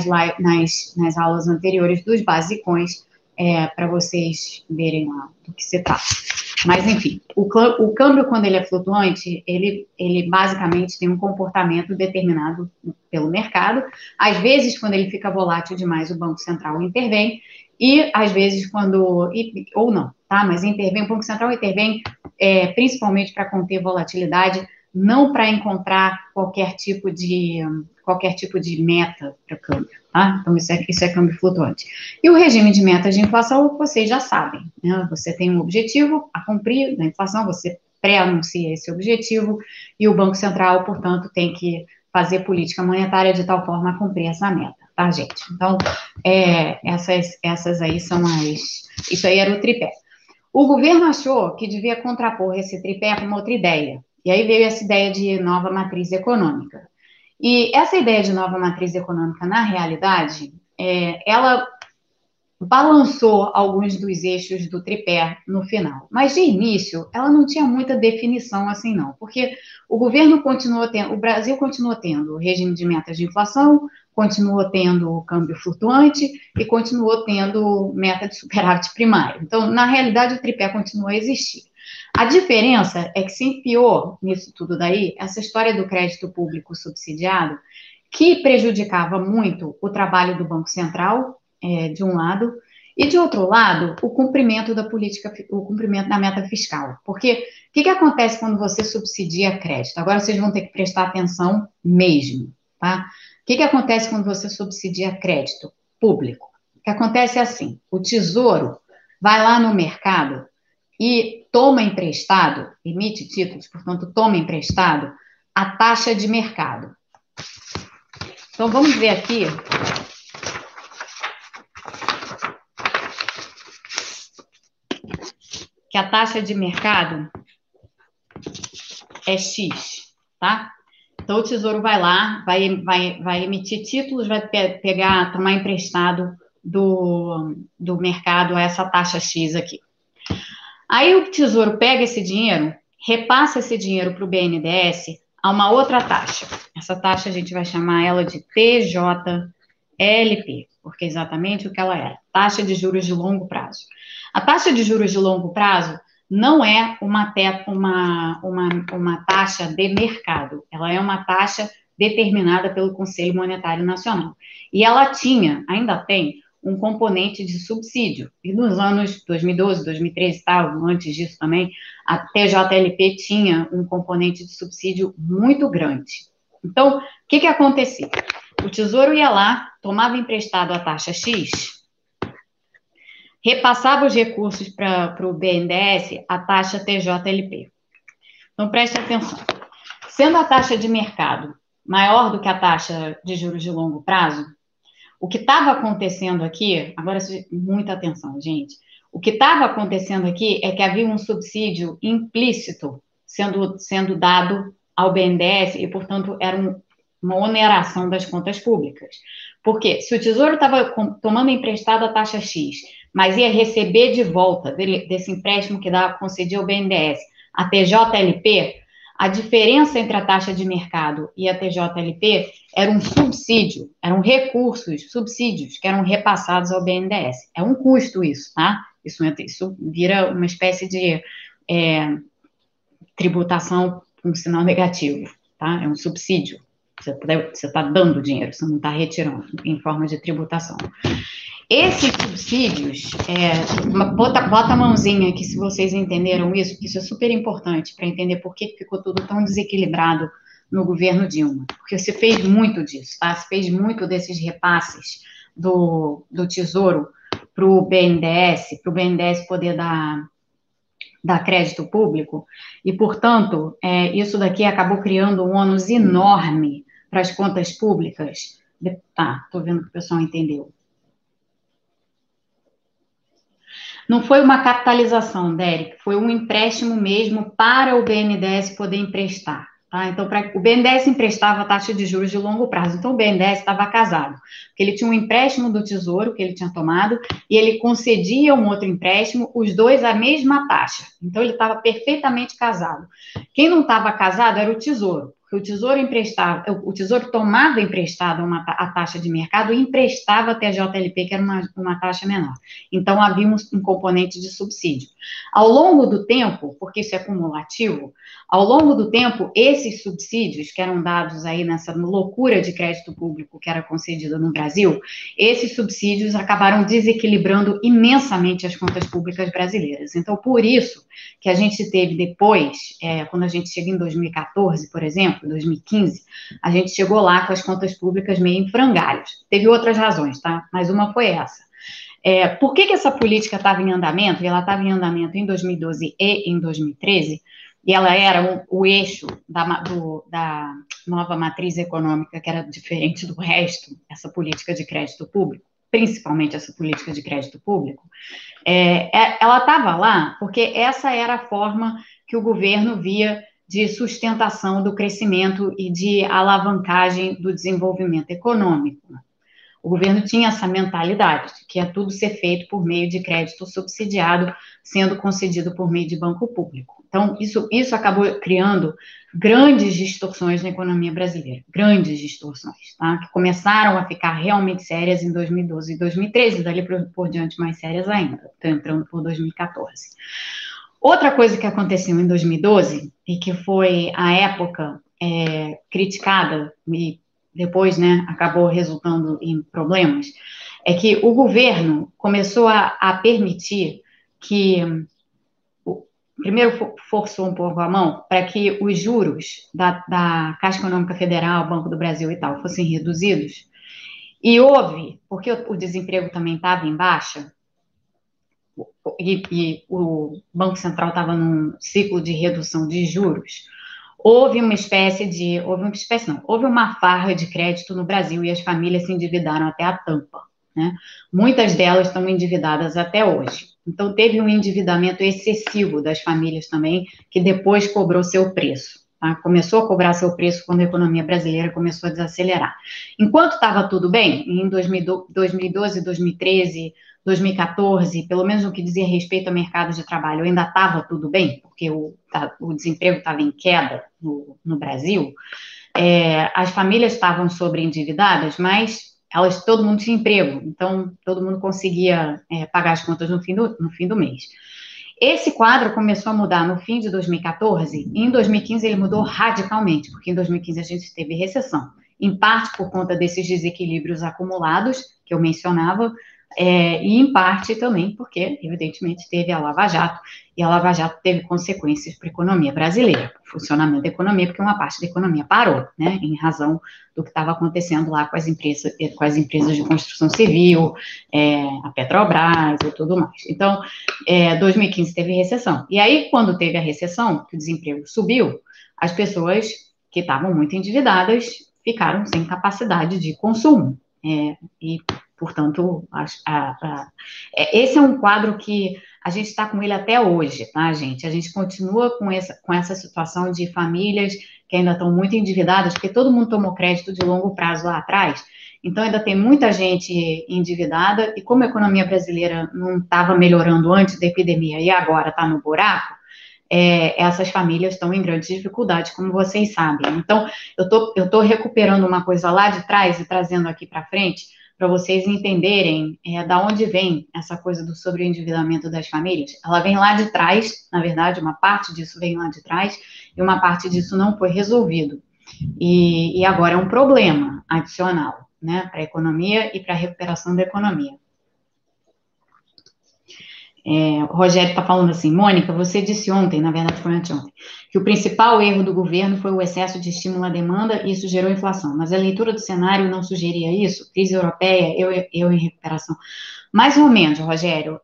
nas aulas anteriores dos basicões para vocês verem lá do que se trata. Mas, enfim, o câmbio, quando ele é flutuante, ele basicamente tem um comportamento determinado pelo mercado. Às vezes, quando ele fica volátil demais, o Banco Central intervém. E, às vezes, ou não, tá? Mas o Banco Central intervém principalmente para conter volatilidade, não para encontrar qualquer tipo de meta para o câmbio, tá? Então, isso é câmbio flutuante. E o regime de metas de inflação, vocês já sabem, né? Você tem um objetivo a cumprir na inflação, você pré-anuncia esse objetivo, e o Banco Central, portanto, tem que fazer política monetária de tal forma a cumprir essa meta, tá, gente? Então, essas aí são isso aí era o tripé. O governo achou que devia contrapor esse tripé com uma outra ideia, e aí veio essa ideia de nova matriz econômica. E essa ideia de nova matriz econômica, na realidade, ela balançou alguns dos eixos do tripé no final. Mas, de início, ela não tinha muita definição assim, não. Porque o Brasil continuou tendo o regime de metas de inflação, continuou tendo o câmbio flutuante e continuou tendo meta de superávit primário. Então, na realidade, o tripé continuou a existir. A diferença é que se enfiou nisso tudo daí essa história do crédito público subsidiado, que prejudicava muito o trabalho do Banco Central, de um lado, e de outro lado, o cumprimento da meta fiscal. Porque o que acontece quando você subsidia crédito? Agora vocês vão ter que prestar atenção mesmo, tá? O que acontece quando você subsidia crédito público? O que acontece é assim, o Tesouro vai lá no mercado e toma emprestado, emite títulos, portanto, toma emprestado a taxa de mercado. Então, vamos ver aqui que a taxa de mercado é X, tá? Então, o Tesouro vai lá, vai emitir títulos, vai pegar, tomar emprestado do mercado a essa taxa X aqui. Aí o Tesouro pega esse dinheiro, repassa esse dinheiro para o BNDES a uma outra taxa. Essa taxa a gente vai chamar ela de TJLP, porque é exatamente o que ela é, taxa de juros de longo prazo. A taxa de juros de longo prazo não é uma taxa de mercado, ela é uma taxa determinada pelo Conselho Monetário Nacional. E ela tinha, ainda tem, um componente de subsídio. E nos anos 2012, 2013 e tal, antes disso também, a TJLP tinha um componente de subsídio muito grande. Então, o que acontecia? O Tesouro ia lá, tomava emprestado a taxa X, repassava os recursos para o BNDES a taxa TJLP. Então, preste atenção. Sendo a taxa de mercado maior do que a taxa de juros de longo prazo, o que estava acontecendo aqui, agora muita atenção, gente. O que estava acontecendo aqui é que havia um subsídio implícito sendo dado ao BNDES e, portanto, era uma oneração das contas públicas. Porque se o Tesouro estava tomando emprestado a taxa X, mas ia receber de volta desse empréstimo que concedia ao BNDES a TJLP, a diferença entre a taxa de mercado e a TJLP era um subsídio, eram recursos, subsídios que eram repassados ao BNDES. É um custo isso, tá? Isso vira uma espécie de tributação com sinal negativo, tá? É um subsídio. Você está dando dinheiro, você não está retirando em forma de tributação. Esses subsídios, bota a mãozinha aqui se vocês entenderam isso, porque isso é super importante para entender por que ficou tudo tão desequilibrado no governo Dilma. Porque se fez muito disso, tá? Se fez muito desses repasses do Tesouro para o BNDES poder dar crédito público, e, portanto, isso daqui acabou criando um ônus enorme para as contas públicas. Tá, estou vendo que o pessoal entendeu. Não foi uma capitalização, Derek, foi um empréstimo mesmo para o BNDES poder emprestar. Tá? Então, o BNDES emprestava a taxa de juros de longo prazo. Então, o BNDES estava casado, porque ele tinha um empréstimo do Tesouro que ele tinha tomado e ele concedia um outro empréstimo, os dois a mesma taxa. Então, ele estava perfeitamente casado. Quem não estava casado era o Tesouro. Porque o Tesouro tomava emprestado a taxa de mercado e emprestava a TJLP, que era uma taxa menor. Então, havia um componente de subsídio. Ao longo do tempo, porque isso é cumulativo, ao longo do tempo, esses subsídios que eram dados aí nessa loucura de crédito público que era concedida no Brasil, esses subsídios acabaram desequilibrando imensamente as contas públicas brasileiras. Então, por isso que a gente teve depois, quando a gente chega em 2014, por exemplo, 2015, a gente chegou lá com as contas públicas meio em frangalhos. Teve outras razões, tá? Mas uma foi essa. Por que essa política estava em andamento? E ela estava em andamento em 2012 e em 2013, e ela era o eixo da nova matriz econômica, que era diferente do resto, essa política de crédito público, principalmente essa política de crédito público, ela estava lá porque essa era a forma que o governo via de sustentação do crescimento e de alavancagem do desenvolvimento econômico. O governo tinha essa mentalidade, de que é tudo ser feito por meio de crédito subsidiado, sendo concedido por meio de banco público. Então, isso acabou criando grandes distorções na economia brasileira, grandes distorções, tá? Que começaram a ficar realmente sérias em 2012 e 2013, dali por diante mais sérias ainda, entrando por 2014. Outra coisa que aconteceu em 2012, e que foi a época criticada, e depois, né, acabou resultando em problemas, é que o governo começou a permitir que, primeiro forçou um pouco a mão para que os juros da Caixa Econômica Federal, Banco do Brasil e tal, fossem reduzidos, e houve, porque o desemprego também estava em baixa, e o Banco Central estava num ciclo de redução de juros, houve uma farra de crédito no Brasil e as famílias se endividaram até a tampa, né? Muitas delas estão endividadas até hoje. Então, teve um endividamento excessivo das famílias também, que depois cobrou seu preço. Tá? Começou a cobrar seu preço quando a economia brasileira começou a desacelerar. Enquanto estava tudo bem, em 2012, 2013, 2014, pelo menos no que dizia respeito ao mercado de trabalho, ainda estava tudo bem, porque o desemprego estava em queda no Brasil. As famílias estavam sobreendividadas, mas todo mundo tinha emprego, então todo mundo conseguia pagar as contas no fim do mês. Esse quadro começou a mudar no fim de 2014, e em 2015 ele mudou radicalmente, porque em 2015 a gente teve recessão, em parte por conta desses desequilíbrios acumulados que eu mencionava, e em parte também porque, evidentemente, teve a Lava Jato, e a Lava Jato teve consequências para a economia brasileira, para o funcionamento da economia, porque uma parte da economia parou, né, em razão do que estava acontecendo lá com as empresas de construção civil, a Petrobras e tudo mais. Então, 2015 teve recessão. E aí, quando teve a recessão, que o desemprego subiu, as pessoas que estavam muito endividadas ficaram sem capacidade de consumo. E, portanto, esse é um quadro que a gente está com ele até hoje, tá, gente? A gente continua com essa situação de famílias que ainda estão muito endividadas, porque todo mundo tomou crédito de longo prazo lá atrás, então ainda tem muita gente endividada, e como a economia brasileira não estava melhorando antes da epidemia e agora está no buraco, essas famílias estão em grandes dificuldades, como vocês sabem. Então, eu estou recuperando uma coisa lá de trás e trazendo aqui para frente, para vocês entenderem da onde vem essa coisa do sobreendividamento das famílias. Ela vem lá de trás, na verdade, uma parte disso vem lá de trás, e uma parte disso não foi resolvido. E agora é um problema adicional, né, para a economia e para a recuperação da economia. O Rogério está falando assim, Mônica, você disse ontem, na verdade foi anteontem, que o principal erro do governo foi o excesso de estímulo à demanda e isso gerou inflação. Mas a leitura do cenário não sugeria isso? Crise europeia, eu em recuperação. Mais ou menos, Rogério.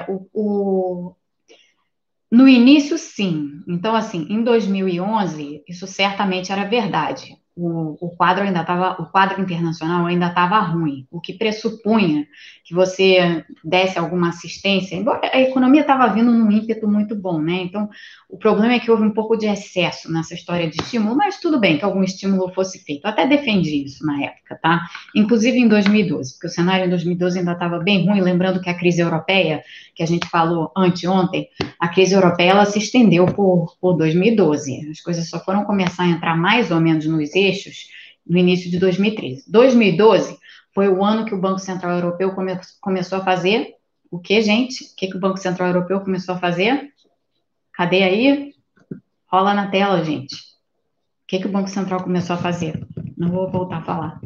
No início, sim. Então, assim, em 2011, isso certamente era verdade. O quadro internacional ainda estava ruim, o que pressupunha que você desse alguma assistência, embora a economia estava vindo num ímpeto muito bom, né? Então, o problema é que houve um pouco de excesso nessa história de estímulo, mas tudo bem que algum estímulo fosse feito. Eu até defendi isso na época, tá? Inclusive em 2012, porque o cenário em 2012 ainda estava bem ruim, lembrando que a crise europeia, que a gente falou anteontem, a crise europeia ela se estendeu por 2012. As coisas só foram começar a entrar mais ou menos nos eixos no início de 2013. 2012 foi o ano que o Banco Central Europeu começou a fazer o que, gente? O que o Banco Central Europeu começou a fazer? Cadê aí? Rola na tela, gente. O que o Banco Central começou a fazer? Não vou voltar a falar.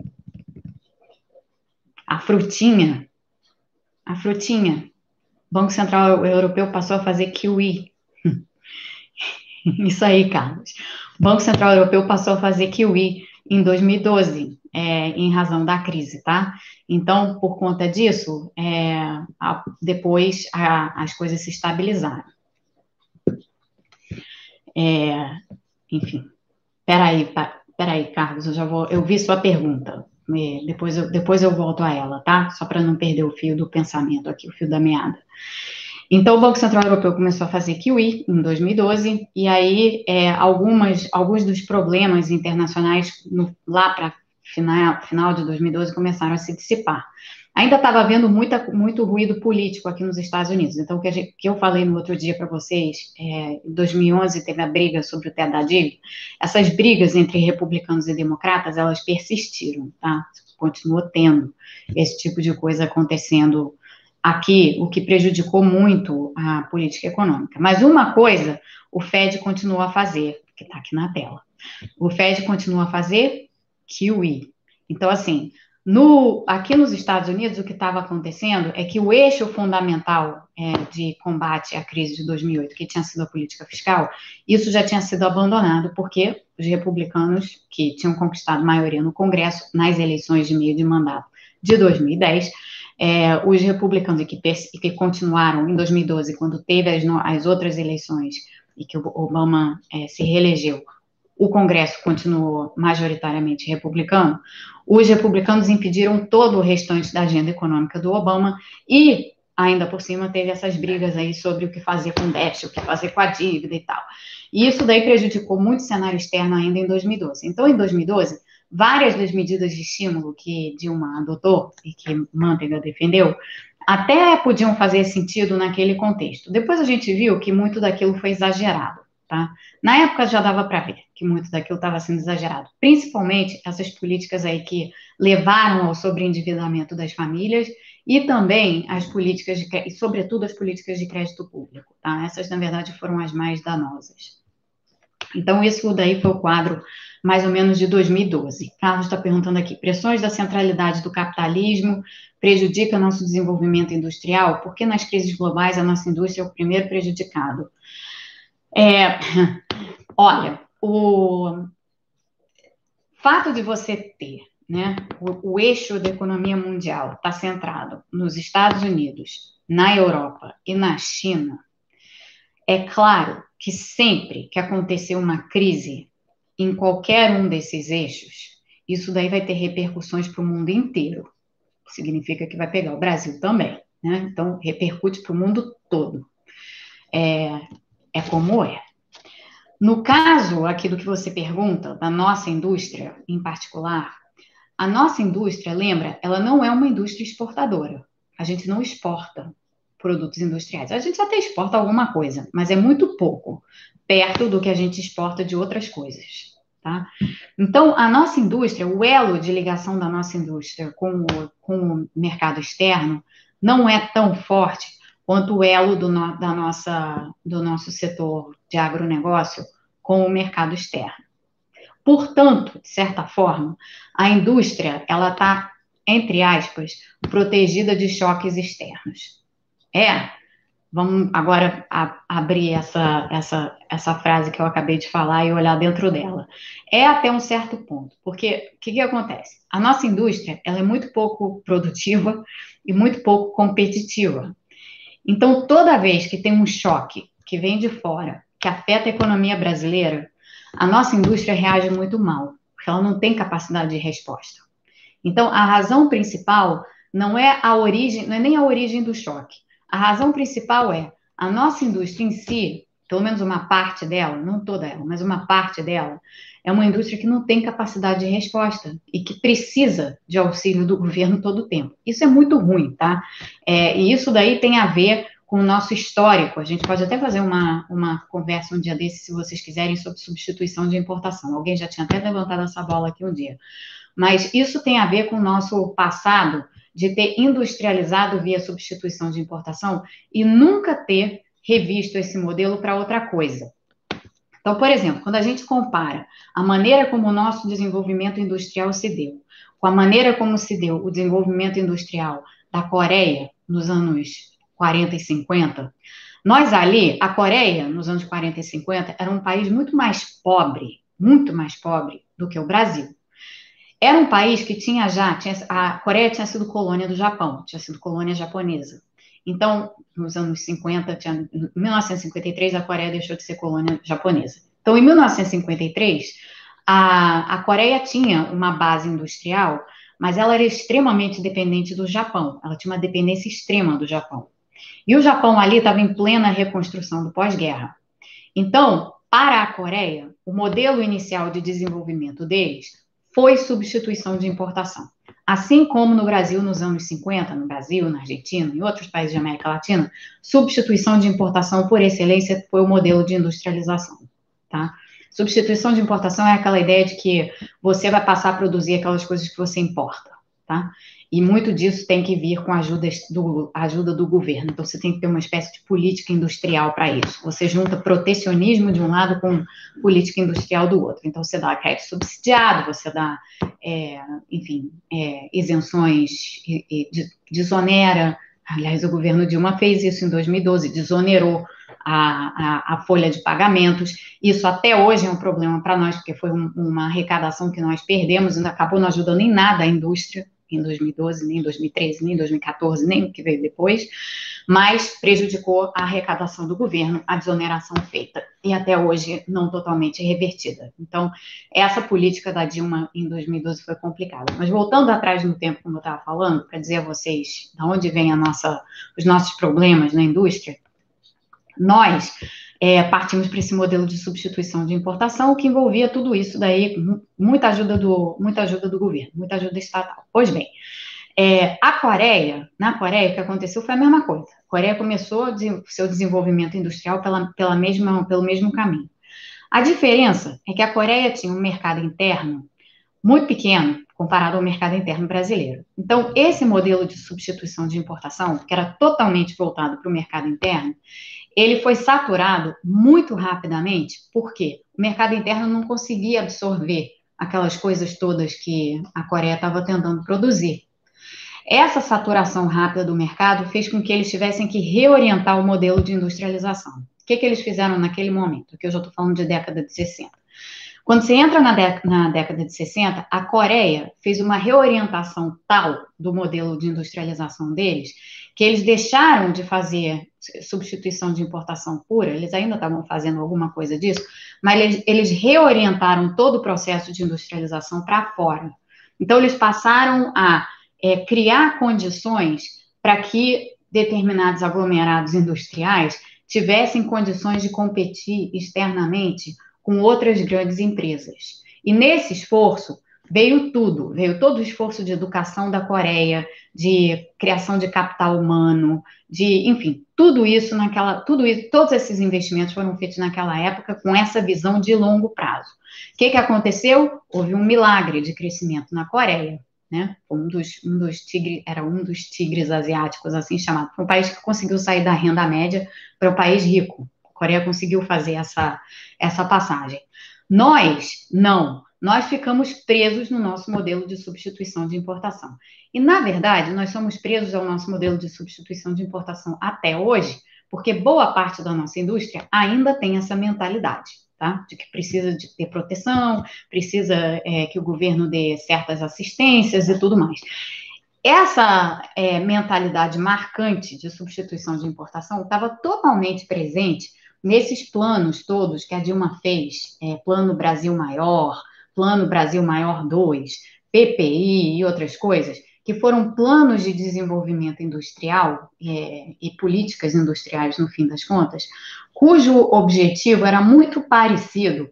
A frutinha. A frutinha. O Banco Central Europeu passou a fazer QE. Isso aí, Carlos. O Banco Central Europeu passou a fazer QE em 2012, em razão da crise, tá? Então, por conta disso, depois as coisas se estabilizaram. Enfim, peraí, Carlos, eu vi sua pergunta. Depois eu volto a ela, tá? Só para não perder o fio do pensamento aqui, o fio da meada. Então, o Banco Central Europeu começou a fazer QE em 2012, e aí alguns dos problemas internacionais lá para final de 2012 começaram a se dissipar. Ainda estava havendo muito ruído político aqui nos Estados Unidos. Então, o que eu falei no outro dia para vocês, em 2011 teve a briga sobre o teto da dívida. Essas brigas entre republicanos e democratas, elas persistiram, tá? Continuou tendo esse tipo de coisa acontecendo aqui, o que prejudicou muito a política econômica. Mas uma coisa o Fed continua a fazer, que está aqui na tela. O Fed continua a fazer QE. Então, assim, aqui nos Estados Unidos, o que estava acontecendo é que o eixo fundamental de combate à crise de 2008, que tinha sido a política fiscal, isso já tinha sido abandonado, porque os republicanos, que tinham conquistado maioria no Congresso, nas eleições de meio de mandato de 2010, os republicanos que continuaram em 2012, quando teve as outras eleições e que o Obama se reelegeu, o Congresso continuou majoritariamente republicano, os republicanos impediram todo o restante da agenda econômica do Obama e ainda por cima teve essas brigas aí sobre o que fazer com o déficit, o que fazer com a dívida e tal. E isso daí prejudicou muito o cenário externo ainda em 2012. Então, em 2012, várias das medidas de estímulo que Dilma adotou e que Manteiga defendeu, até podiam fazer sentido naquele contexto. Depois a gente viu que muito daquilo foi exagerado, tá? Na época já dava para ver que muito daquilo estava sendo exagerado, principalmente essas políticas aí que levaram ao sobreendividamento das famílias e também as políticas de, e sobretudo as políticas de crédito público, tá? Essas, na verdade, foram as mais danosas. Então, isso daí foi o quadro mais ou menos de 2012. Carlos está perguntando aqui, pressões da centralidade do capitalismo prejudica nosso desenvolvimento industrial? Por que nas crises globais a nossa indústria é o primeiro prejudicado? Olha, o fato de você ter, né, o eixo da economia mundial está centrado nos Estados Unidos, na Europa e na China, é claro que sempre que acontecer uma crise em qualquer um desses eixos, isso daí vai ter repercussões para o mundo inteiro. Significa que vai pegar o Brasil também, né? Então, repercute para o mundo todo. É como é. No caso aqui do que você pergunta, da nossa indústria em particular, a nossa indústria, lembra, ela não é uma indústria exportadora. A gente não exporta produtos industriais. A gente até exporta alguma coisa, mas é muito pouco, perto do que a gente exporta de outras coisas, tá? Então, a nossa indústria, o elo de ligação da nossa indústria com o mercado externo não é tão forte quanto o elo do nosso setor de agronegócio com o mercado externo. Portanto, de certa forma, a indústria, ela está, entre aspas, protegida de choques externos. Vamos agora abrir essa frase que eu acabei de falar e olhar dentro dela. É até um certo ponto, porque o que acontece? A nossa indústria, ela é muito pouco produtiva e muito pouco competitiva. Então, toda vez que tem um choque que vem de fora, que afeta a economia brasileira, a nossa indústria reage muito mal, porque ela não tem capacidade de resposta. Então, a razão principal não é a origem, não é nem a origem do choque. A razão principal é a nossa indústria em si, pelo menos uma parte dela, não toda ela, mas uma parte dela, é uma indústria que não tem capacidade de resposta e que precisa de auxílio do governo todo o tempo. Isso é muito ruim, tá? E isso daí tem a ver com o nosso histórico. A gente pode até fazer uma conversa um dia desses, se vocês quiserem, sobre substituição de importação. Alguém já tinha até levantado essa bola aqui um dia. Mas isso tem a ver com o nosso passado de ter industrializado via substituição de importação e nunca ter revisto esse modelo para outra coisa. Então, por exemplo, quando a gente compara a maneira como o nosso desenvolvimento industrial se deu com a maneira como se deu o desenvolvimento industrial da Coreia nos anos 40 e 50, nós ali, a Coreia, nos anos 40 e 50, era um país muito mais pobre do que o Brasil. Era um país que a Coreia tinha sido colônia do Japão, tinha sido colônia japonesa. Então, nos anos 50, em 1953, a Coreia deixou de ser colônia japonesa. Então, em 1953, a Coreia tinha uma base industrial, mas ela era extremamente dependente do Japão. Ela tinha uma dependência extrema do Japão. E o Japão ali estava em plena reconstrução do pós-guerra. Então, para a Coreia, o modelo inicial de desenvolvimento deles foi substituição de importação. Assim como no Brasil, nos anos 50, no Brasil, na Argentina e outros países de América Latina, substituição de importação, por excelência, foi o modelo de industrialização, tá? Substituição de importação é aquela ideia de que você vai passar a produzir aquelas coisas que você importa, tá? E muito disso tem que vir com a ajuda do governo. Então, você tem que ter uma espécie de política industrial para isso. Você junta protecionismo de um lado com política industrial do outro. Então, você dá crédito subsidiado, você dá, isenções, desonera. Aliás, o governo Dilma fez isso em 2012, desonerou a folha de pagamentos. Isso até hoje é um problema para nós, porque foi uma arrecadação que nós perdemos e não acabou não ajudando em nada a indústria, em 2012, nem em 2013, nem em 2014, nem o que veio depois, mas prejudicou a arrecadação do governo, a desoneração feita, e até hoje não totalmente revertida. Então, essa política da Dilma em 2012 foi complicada. Mas voltando atrás no tempo, como eu estava falando, para dizer a vocês de onde vem os nossos problemas na indústria, nós partimos para esse modelo de substituição de importação, que envolvia tudo isso daí, muita ajuda do governo, muita ajuda estatal. Pois bem, na Coreia, o que aconteceu foi a mesma coisa. A Coreia começou seu desenvolvimento industrial pelo mesmo caminho. A diferença é que a Coreia tinha um mercado interno muito pequeno comparado ao mercado interno brasileiro. Então, esse modelo de substituição de importação, que era totalmente voltado para o mercado interno, ele foi saturado muito rapidamente, porque o mercado interno não conseguia absorver aquelas coisas todas que a Coreia estava tentando produzir. Essa saturação rápida do mercado fez com que eles tivessem que reorientar o modelo de industrialização. O que eles fizeram naquele momento? Que eu já estou falando de década de 60. Quando você entra na década de 60, a Coreia fez uma reorientação tal do modelo de industrialização deles, que eles deixaram de fazer substituição de importação pura, eles ainda estavam fazendo alguma coisa disso, mas eles reorientaram todo o processo de industrialização para fora. Então, eles passaram a criar condições para que determinados aglomerados industriais tivessem condições de competir externamente com outras grandes empresas. E nesse esforço veio todo o esforço de educação da Coreia, de criação de capital humano, enfim, todos esses investimentos foram feitos naquela época com essa visão de longo prazo. O que aconteceu? Houve um milagre de crescimento na Coreia, né? Era um dos tigres asiáticos, assim chamado. Foi um país que conseguiu sair da renda média para um país rico. A Coreia conseguiu fazer essa passagem. Nós, não. Nós ficamos presos no nosso modelo de substituição de importação. E, na verdade, nós somos presos ao nosso modelo de substituição de importação até hoje, porque boa parte da nossa indústria ainda tem essa mentalidade, tá? De que precisa de ter proteção, precisa que o governo dê certas assistências e tudo mais. Essa mentalidade marcante de substituição de importação estava totalmente presente nesses planos todos que a Dilma fez, Plano Brasil Maior, Plano Brasil Maior 2, PPI e outras coisas, que foram planos de desenvolvimento industrial e políticas industriais, no fim das contas, cujo objetivo era muito parecido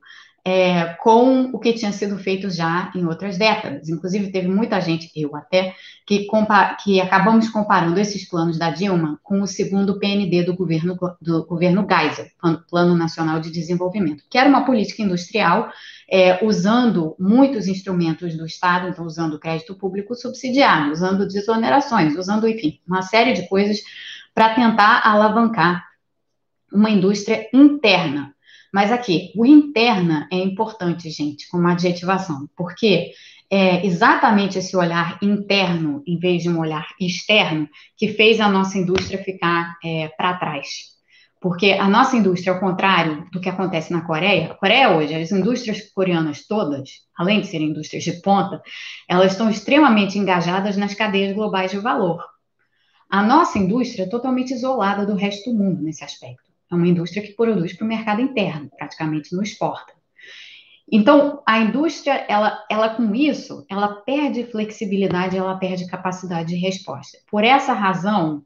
com o que tinha sido feito já em outras décadas. Inclusive, teve muita gente, eu até, que acabamos comparando esses planos da Dilma com o segundo PND do governo Geisel, Plano Nacional de Desenvolvimento, que era uma política industrial usando muitos instrumentos do Estado, então usando crédito público subsidiado, usando desonerações, usando, enfim, uma série de coisas para tentar alavancar uma indústria interna. Mas aqui, o interna é importante, gente, como adjetivação, porque é exatamente esse olhar interno, em vez de um olhar externo, que fez a nossa indústria ficar para trás. Porque a nossa indústria, ao contrário do que acontece na Coreia, a Coreia hoje, as indústrias coreanas todas, além de serem indústrias de ponta, elas estão extremamente engajadas nas cadeias globais de valor. A nossa indústria é totalmente isolada do resto do mundo nesse aspecto. É uma indústria que produz para o mercado interno, praticamente não exporta. Então, a indústria, ela com isso, ela perde flexibilidade, ela perde capacidade de resposta. Por essa razão,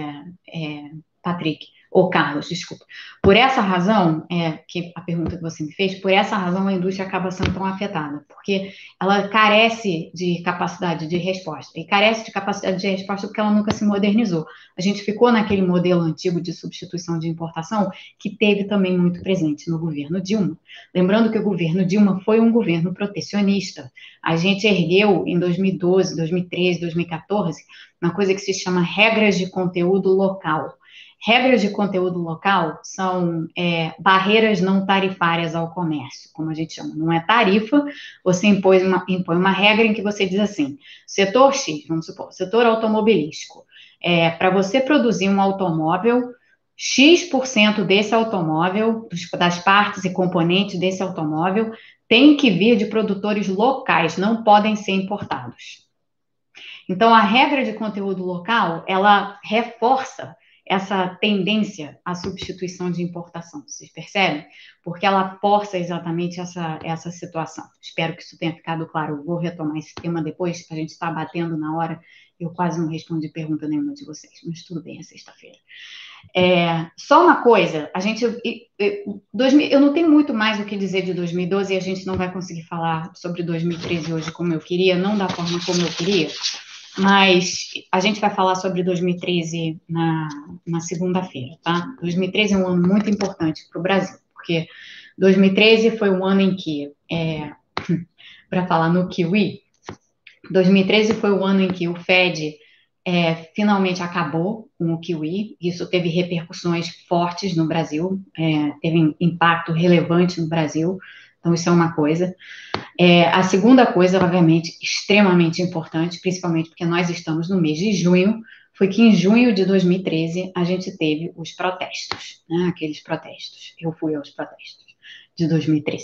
Patrick, ou Carlos, desculpa. Por essa razão, que a pergunta que você me fez, por essa razão a indústria acaba sendo tão afetada, porque ela carece de capacidade de resposta, e carece de capacidade de resposta porque ela nunca se modernizou. A gente ficou naquele modelo antigo de substituição de importação, que teve também muito presente no governo Dilma. Lembrando que o governo Dilma foi um governo protecionista. A gente ergueu em 2012, 2013, 2014, uma coisa que se chama regras de conteúdo local. Regras de conteúdo local são barreiras não tarifárias ao comércio, como a gente chama. Não é tarifa, você impõe uma regra em que você diz assim, setor X, vamos supor, setor automobilístico. Para você produzir um automóvel, X% desse automóvel, das partes e componentes desse automóvel, tem que vir de produtores locais, não podem ser importados. Então, a regra de conteúdo local, ela reforça essa tendência à substituição de importação, vocês percebem? Porque ela força exatamente essa situação. Espero que isso tenha ficado claro. Eu vou retomar esse tema depois, a gente está batendo na hora, eu quase não respondi pergunta nenhuma de vocês, mas tudo bem, é sexta-feira. Só uma coisa, eu não tenho muito mais o que dizer de 2012 e a gente não vai conseguir falar sobre 2013 hoje como eu queria, não da forma como eu queria, mas a gente vai falar sobre 2013 na segunda-feira, tá? 2013 é um ano muito importante para o Brasil, porque 2013 foi um ano em que, para falar no Kiwi, 2013 foi o ano em que o Fed finalmente acabou com o Kiwi. Isso teve repercussões fortes no Brasil, teve impacto relevante no Brasil. Então, isso é uma coisa. A segunda coisa, obviamente, extremamente importante, principalmente porque nós estamos no mês de junho, foi que em junho de 2013 a gente teve os protestos, né? Aqueles protestos. Eu fui aos protestos de 2013.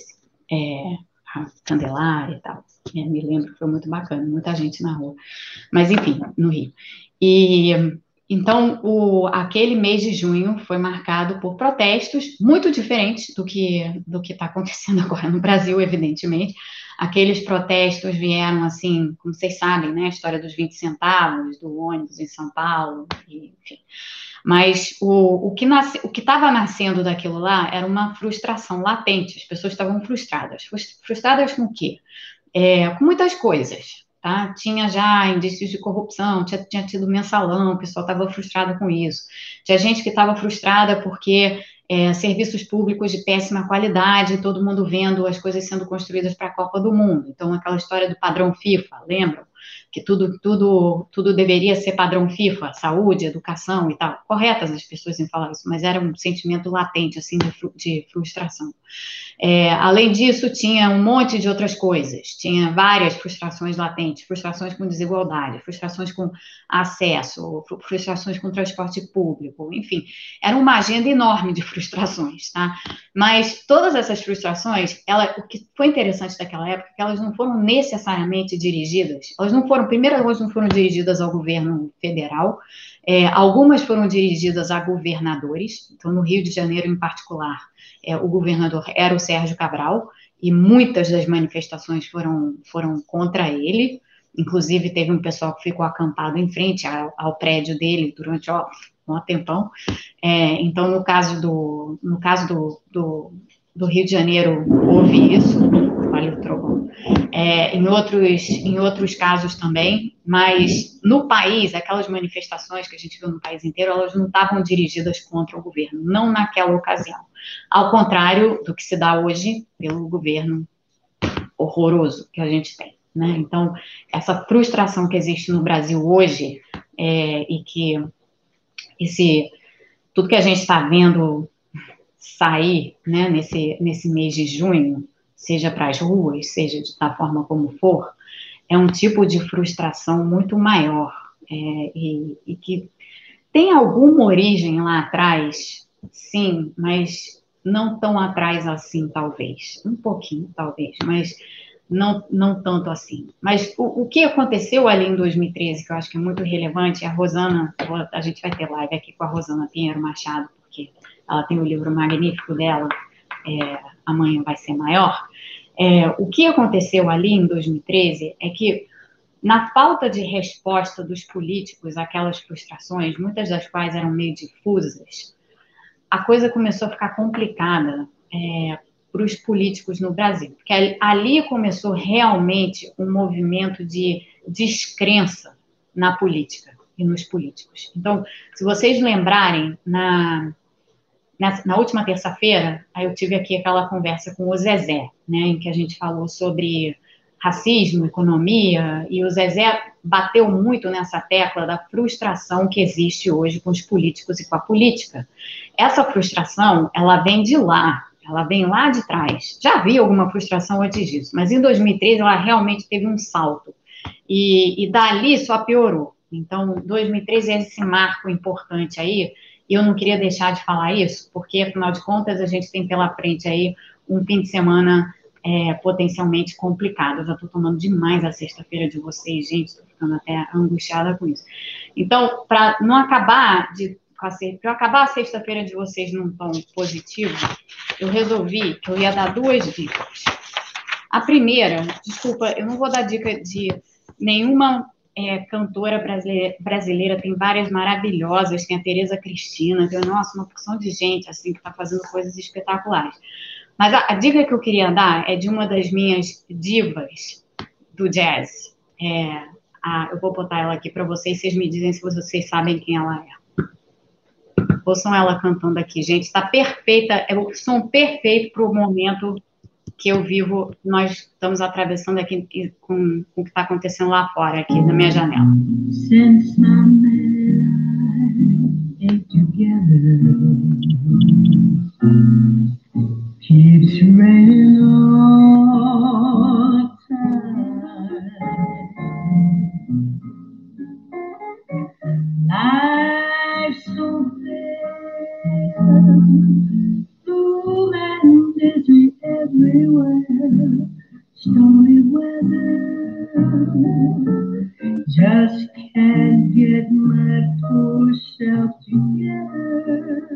A Candelária e tal. Me lembro que foi muito bacana, muita gente na rua. Mas, enfim, no Rio. E então, aquele mês de junho foi marcado por protestos muito diferentes do que está acontecendo agora no Brasil, evidentemente. Aqueles protestos vieram, assim, como vocês sabem, né? A história dos 20 centavos, do ônibus em São Paulo, enfim. Mas o que estava nascendo daquilo lá era uma frustração latente. As pessoas estavam frustradas. Frustradas com o quê? Com muitas coisas. Tá? Tinha já indícios de corrupção, tinha tido mensalão, o pessoal estava frustrado com isso. Tinha gente que estava frustrada porque serviços públicos de péssima qualidade, todo mundo vendo as coisas sendo construídas para a Copa do Mundo. Então, aquela história do padrão FIFA, lembram? Que tudo deveria ser padrão FIFA, saúde, educação e tal. Corretas as pessoas em falar isso, mas era um sentimento latente, assim, de frustração. Além disso, tinha um monte de outras coisas. Tinha várias frustrações latentes, frustrações com desigualdade, frustrações com acesso, frustrações com transporte público, enfim. Era uma agenda enorme de frustrações, tá? Mas todas essas frustrações, o que foi interessante daquela época é que elas não foram necessariamente dirigidas, primeiro, elas não foram dirigidas ao governo federal, algumas foram dirigidas a governadores, então no Rio de Janeiro em particular, o governador era o Sérgio Cabral, e muitas das manifestações foram contra ele, inclusive teve um pessoal que ficou acampado em frente ao prédio dele durante um tempão. Então, no caso do Rio de Janeiro, houve isso, olha o trovão. Em outros casos também, mas no país, aquelas manifestações que a gente viu no país inteiro, elas não estavam dirigidas contra o governo, não naquela ocasião. Ao contrário do que se dá hoje pelo governo horroroso que a gente tem, né? Então, essa frustração que existe no Brasil hoje, e que tudo que a gente está vendo sair, né, nesse mês de junho, seja para as ruas, seja da forma como for, é um tipo de frustração muito maior, e que tem alguma origem lá atrás, sim, mas não tão atrás assim, talvez. Um pouquinho, talvez, mas não tanto assim. Mas o que aconteceu ali em 2013, que eu acho que é muito relevante, a Rosana, a gente vai ter live aqui com a Rosana Pinheiro Machado, porque ela tem o livro magnífico dela, Amanhã Vai Ser Maior. O que aconteceu ali em 2013 é que, na falta de resposta dos políticos àquelas frustrações, muitas das quais eram meio difusas, a coisa começou a ficar complicada para os políticos no Brasil. Porque ali começou realmente um movimento de descrença na política e nos políticos. Então, se vocês lembrarem, na última terça-feira, eu tive aqui aquela conversa com o Zezé, né, em que a gente falou sobre racismo, economia, e o Zezé bateu muito nessa tecla da frustração que existe hoje com os políticos e com a política. Essa frustração, ela vem de lá, ela vem lá de trás. Já havia alguma frustração antes disso, mas em 2013 ela realmente teve um salto, e dali só piorou. Então, 2013 é esse marco importante aí, e eu não queria deixar de falar isso, porque, afinal de contas, a gente tem pela frente aí um fim de semana potencialmente complicado. Eu já estou tomando demais a sexta-feira de vocês, gente, estou ficando até angustiada com isso. Então, para não acabar para eu acabar a sexta-feira de vocês num tom positivo, eu resolvi que eu ia dar 2 dicas. A primeira, desculpa, eu não vou dar dica de nenhuma cantora brasileira, tem várias maravilhosas, tem a Tereza Cristina, tem, nossa, uma porção de gente assim que está fazendo coisas espetaculares. Mas a dica que eu queria dar é de uma das minhas divas do jazz. Eu vou botar ela aqui para vocês me dizem se vocês sabem quem ela é. Ouçam ela cantando aqui, gente. Está perfeita, é o som perfeito para o momento que eu vivo. Nós estamos atravessando aqui com o que está acontecendo lá fora, aqui na minha janela. Since my man ain't together, keeps raining all the time. Life's so fair, blue and busy everywhere, stormy weather, just can't get my poor self together.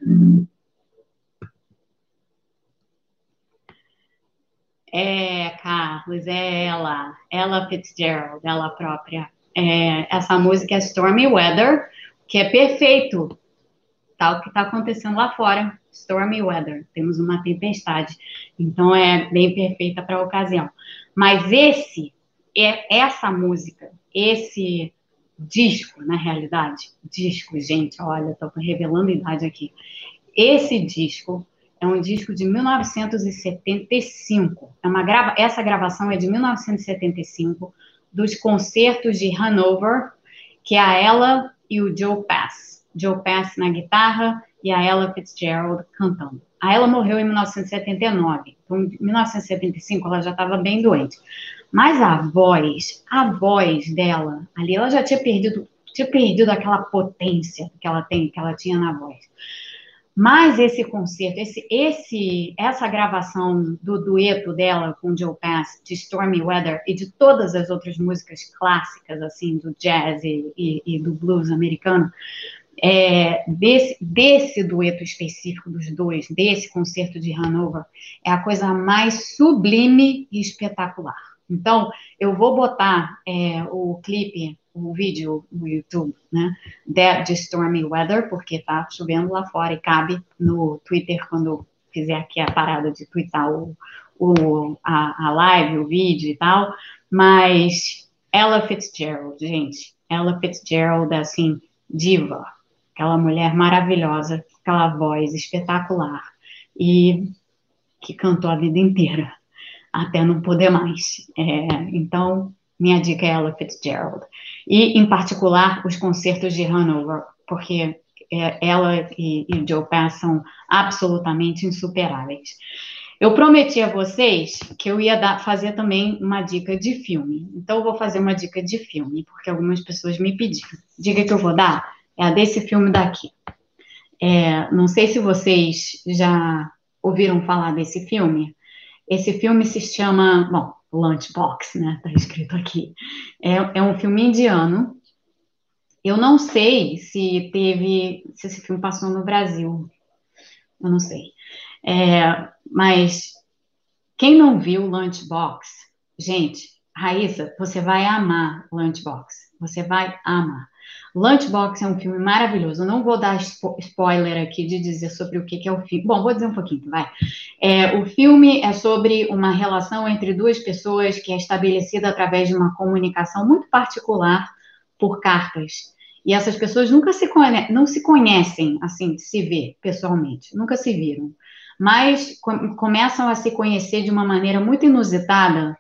Carlos, é ela Fitzgerald, ela própria. Essa música é Stormy Weather, que é perfeito, tal que está acontecendo lá fora. Stormy Weather, temos uma tempestade, então é bem perfeita para a ocasião. Mas essa música, esse disco, na realidade, gente, olha, estou revelando idade aqui. Esse disco é um disco de 1975. Essa gravação é de 1975, dos concertos de Hanover, que é a ela e o Joe Pass. Joe Pass na guitarra e a Ella Fitzgerald cantando. A Ella morreu em 1979, então em 1975 ela já estava bem doente. Mas a voz dela, ali ela já tinha perdido aquela potência que ela tinha na voz. Mas esse concerto, essa gravação do dueto dela com Joe Pass, de Stormy Weather, e de todas as outras músicas clássicas, assim, do jazz e do blues americano, desse dueto específico dos dois, desse concerto de Hanover, é a coisa mais sublime e espetacular. Então, eu vou botar o clipe, o vídeo no YouTube, né, de Stormy Weather, porque tá chovendo lá fora e cabe no Twitter quando fizer aqui a parada de twittar a live, o vídeo e tal, mas Ella Fitzgerald, gente, Ella Fitzgerald, assim, diva, aquela mulher maravilhosa, aquela voz espetacular e que cantou a vida inteira, até não poder mais. Então, minha dica é Ella Fitzgerald. E, em particular, os concertos de Hanover, porque ela e Joe Pass são absolutamente insuperáveis. Eu prometi a vocês que eu ia fazer também uma dica de filme. Então, eu vou fazer uma dica de filme, porque algumas pessoas me pediram. Dica que eu vou dar é a desse filme daqui. Não sei se vocês já ouviram falar desse filme. Esse filme se chama, Lunchbox, né? Tá escrito aqui. É um filme indiano. Eu não sei se esse filme passou no Brasil. Eu não sei. Mas quem não viu Lunchbox, gente, Raíssa, você vai amar Lunchbox. Você vai amar. Lunchbox é um filme maravilhoso. Eu não vou dar spoiler aqui de dizer sobre o que é o filme. Bom, vou dizer um pouquinho, vai. O filme é sobre uma relação entre duas pessoas que é estabelecida através de uma comunicação muito particular por cartas. E essas pessoas não se conhecem, assim, de se ver pessoalmente. Nunca se viram. Mas começam a se conhecer de uma maneira muito inusitada,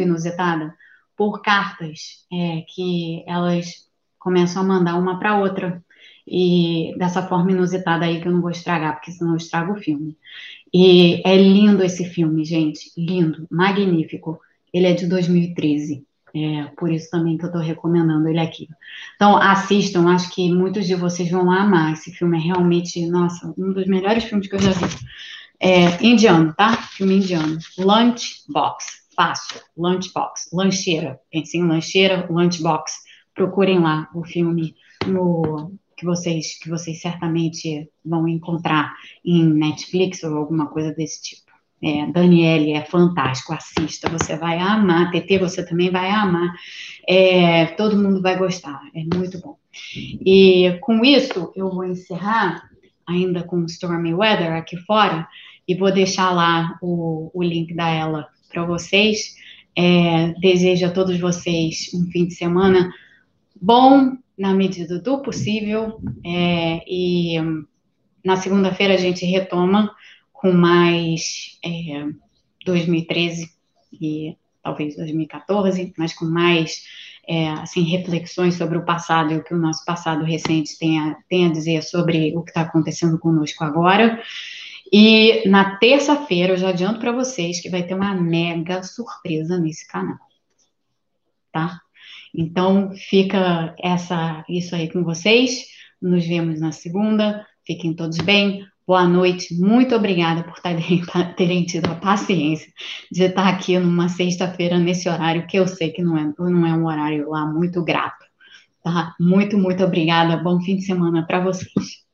por cartas que elas começam a mandar uma para outra, e dessa forma inusitada aí que eu não vou estragar, porque senão eu estrago o filme. E é lindo esse filme, gente, lindo, magnífico. Ele é de 2013, por isso também que eu estou recomendando ele aqui. Então, assistam, acho que muitos de vocês vão amar. Esse filme é realmente, nossa, um dos melhores filmes que eu já vi. Indiano, tá? Filme indiano. Lunchbox, fácil. Lunchbox, lancheira. Pensem em lancheira, Lunchbox. Procurem lá o filme no que vocês certamente vão encontrar em Netflix ou alguma coisa desse tipo. Daniele é fantástico, assista, você vai amar. TT, você também vai amar. Todo mundo vai gostar, é muito bom. E com isso, eu vou encerrar ainda com Stormy Weather aqui fora e vou deixar lá o link da ela para vocês. Desejo a todos vocês um fim de semana bom, na medida do possível, e na segunda-feira a gente retoma com mais 2013 e talvez 2014, mas com mais assim, reflexões sobre o passado e o que o nosso passado recente tem a dizer sobre o que está acontecendo conosco agora. E na terça-feira eu já adianto para vocês que vai ter uma mega surpresa nesse canal, tá? Então fica isso aí com vocês. Nos vemos na segunda. Fiquem todos bem. Boa noite. Muito obrigada por terem tido a paciência de estar aqui numa sexta-feira nesse horário que eu sei que não é um horário lá muito grato, tá? Muito, muito obrigada. Bom fim de semana para vocês.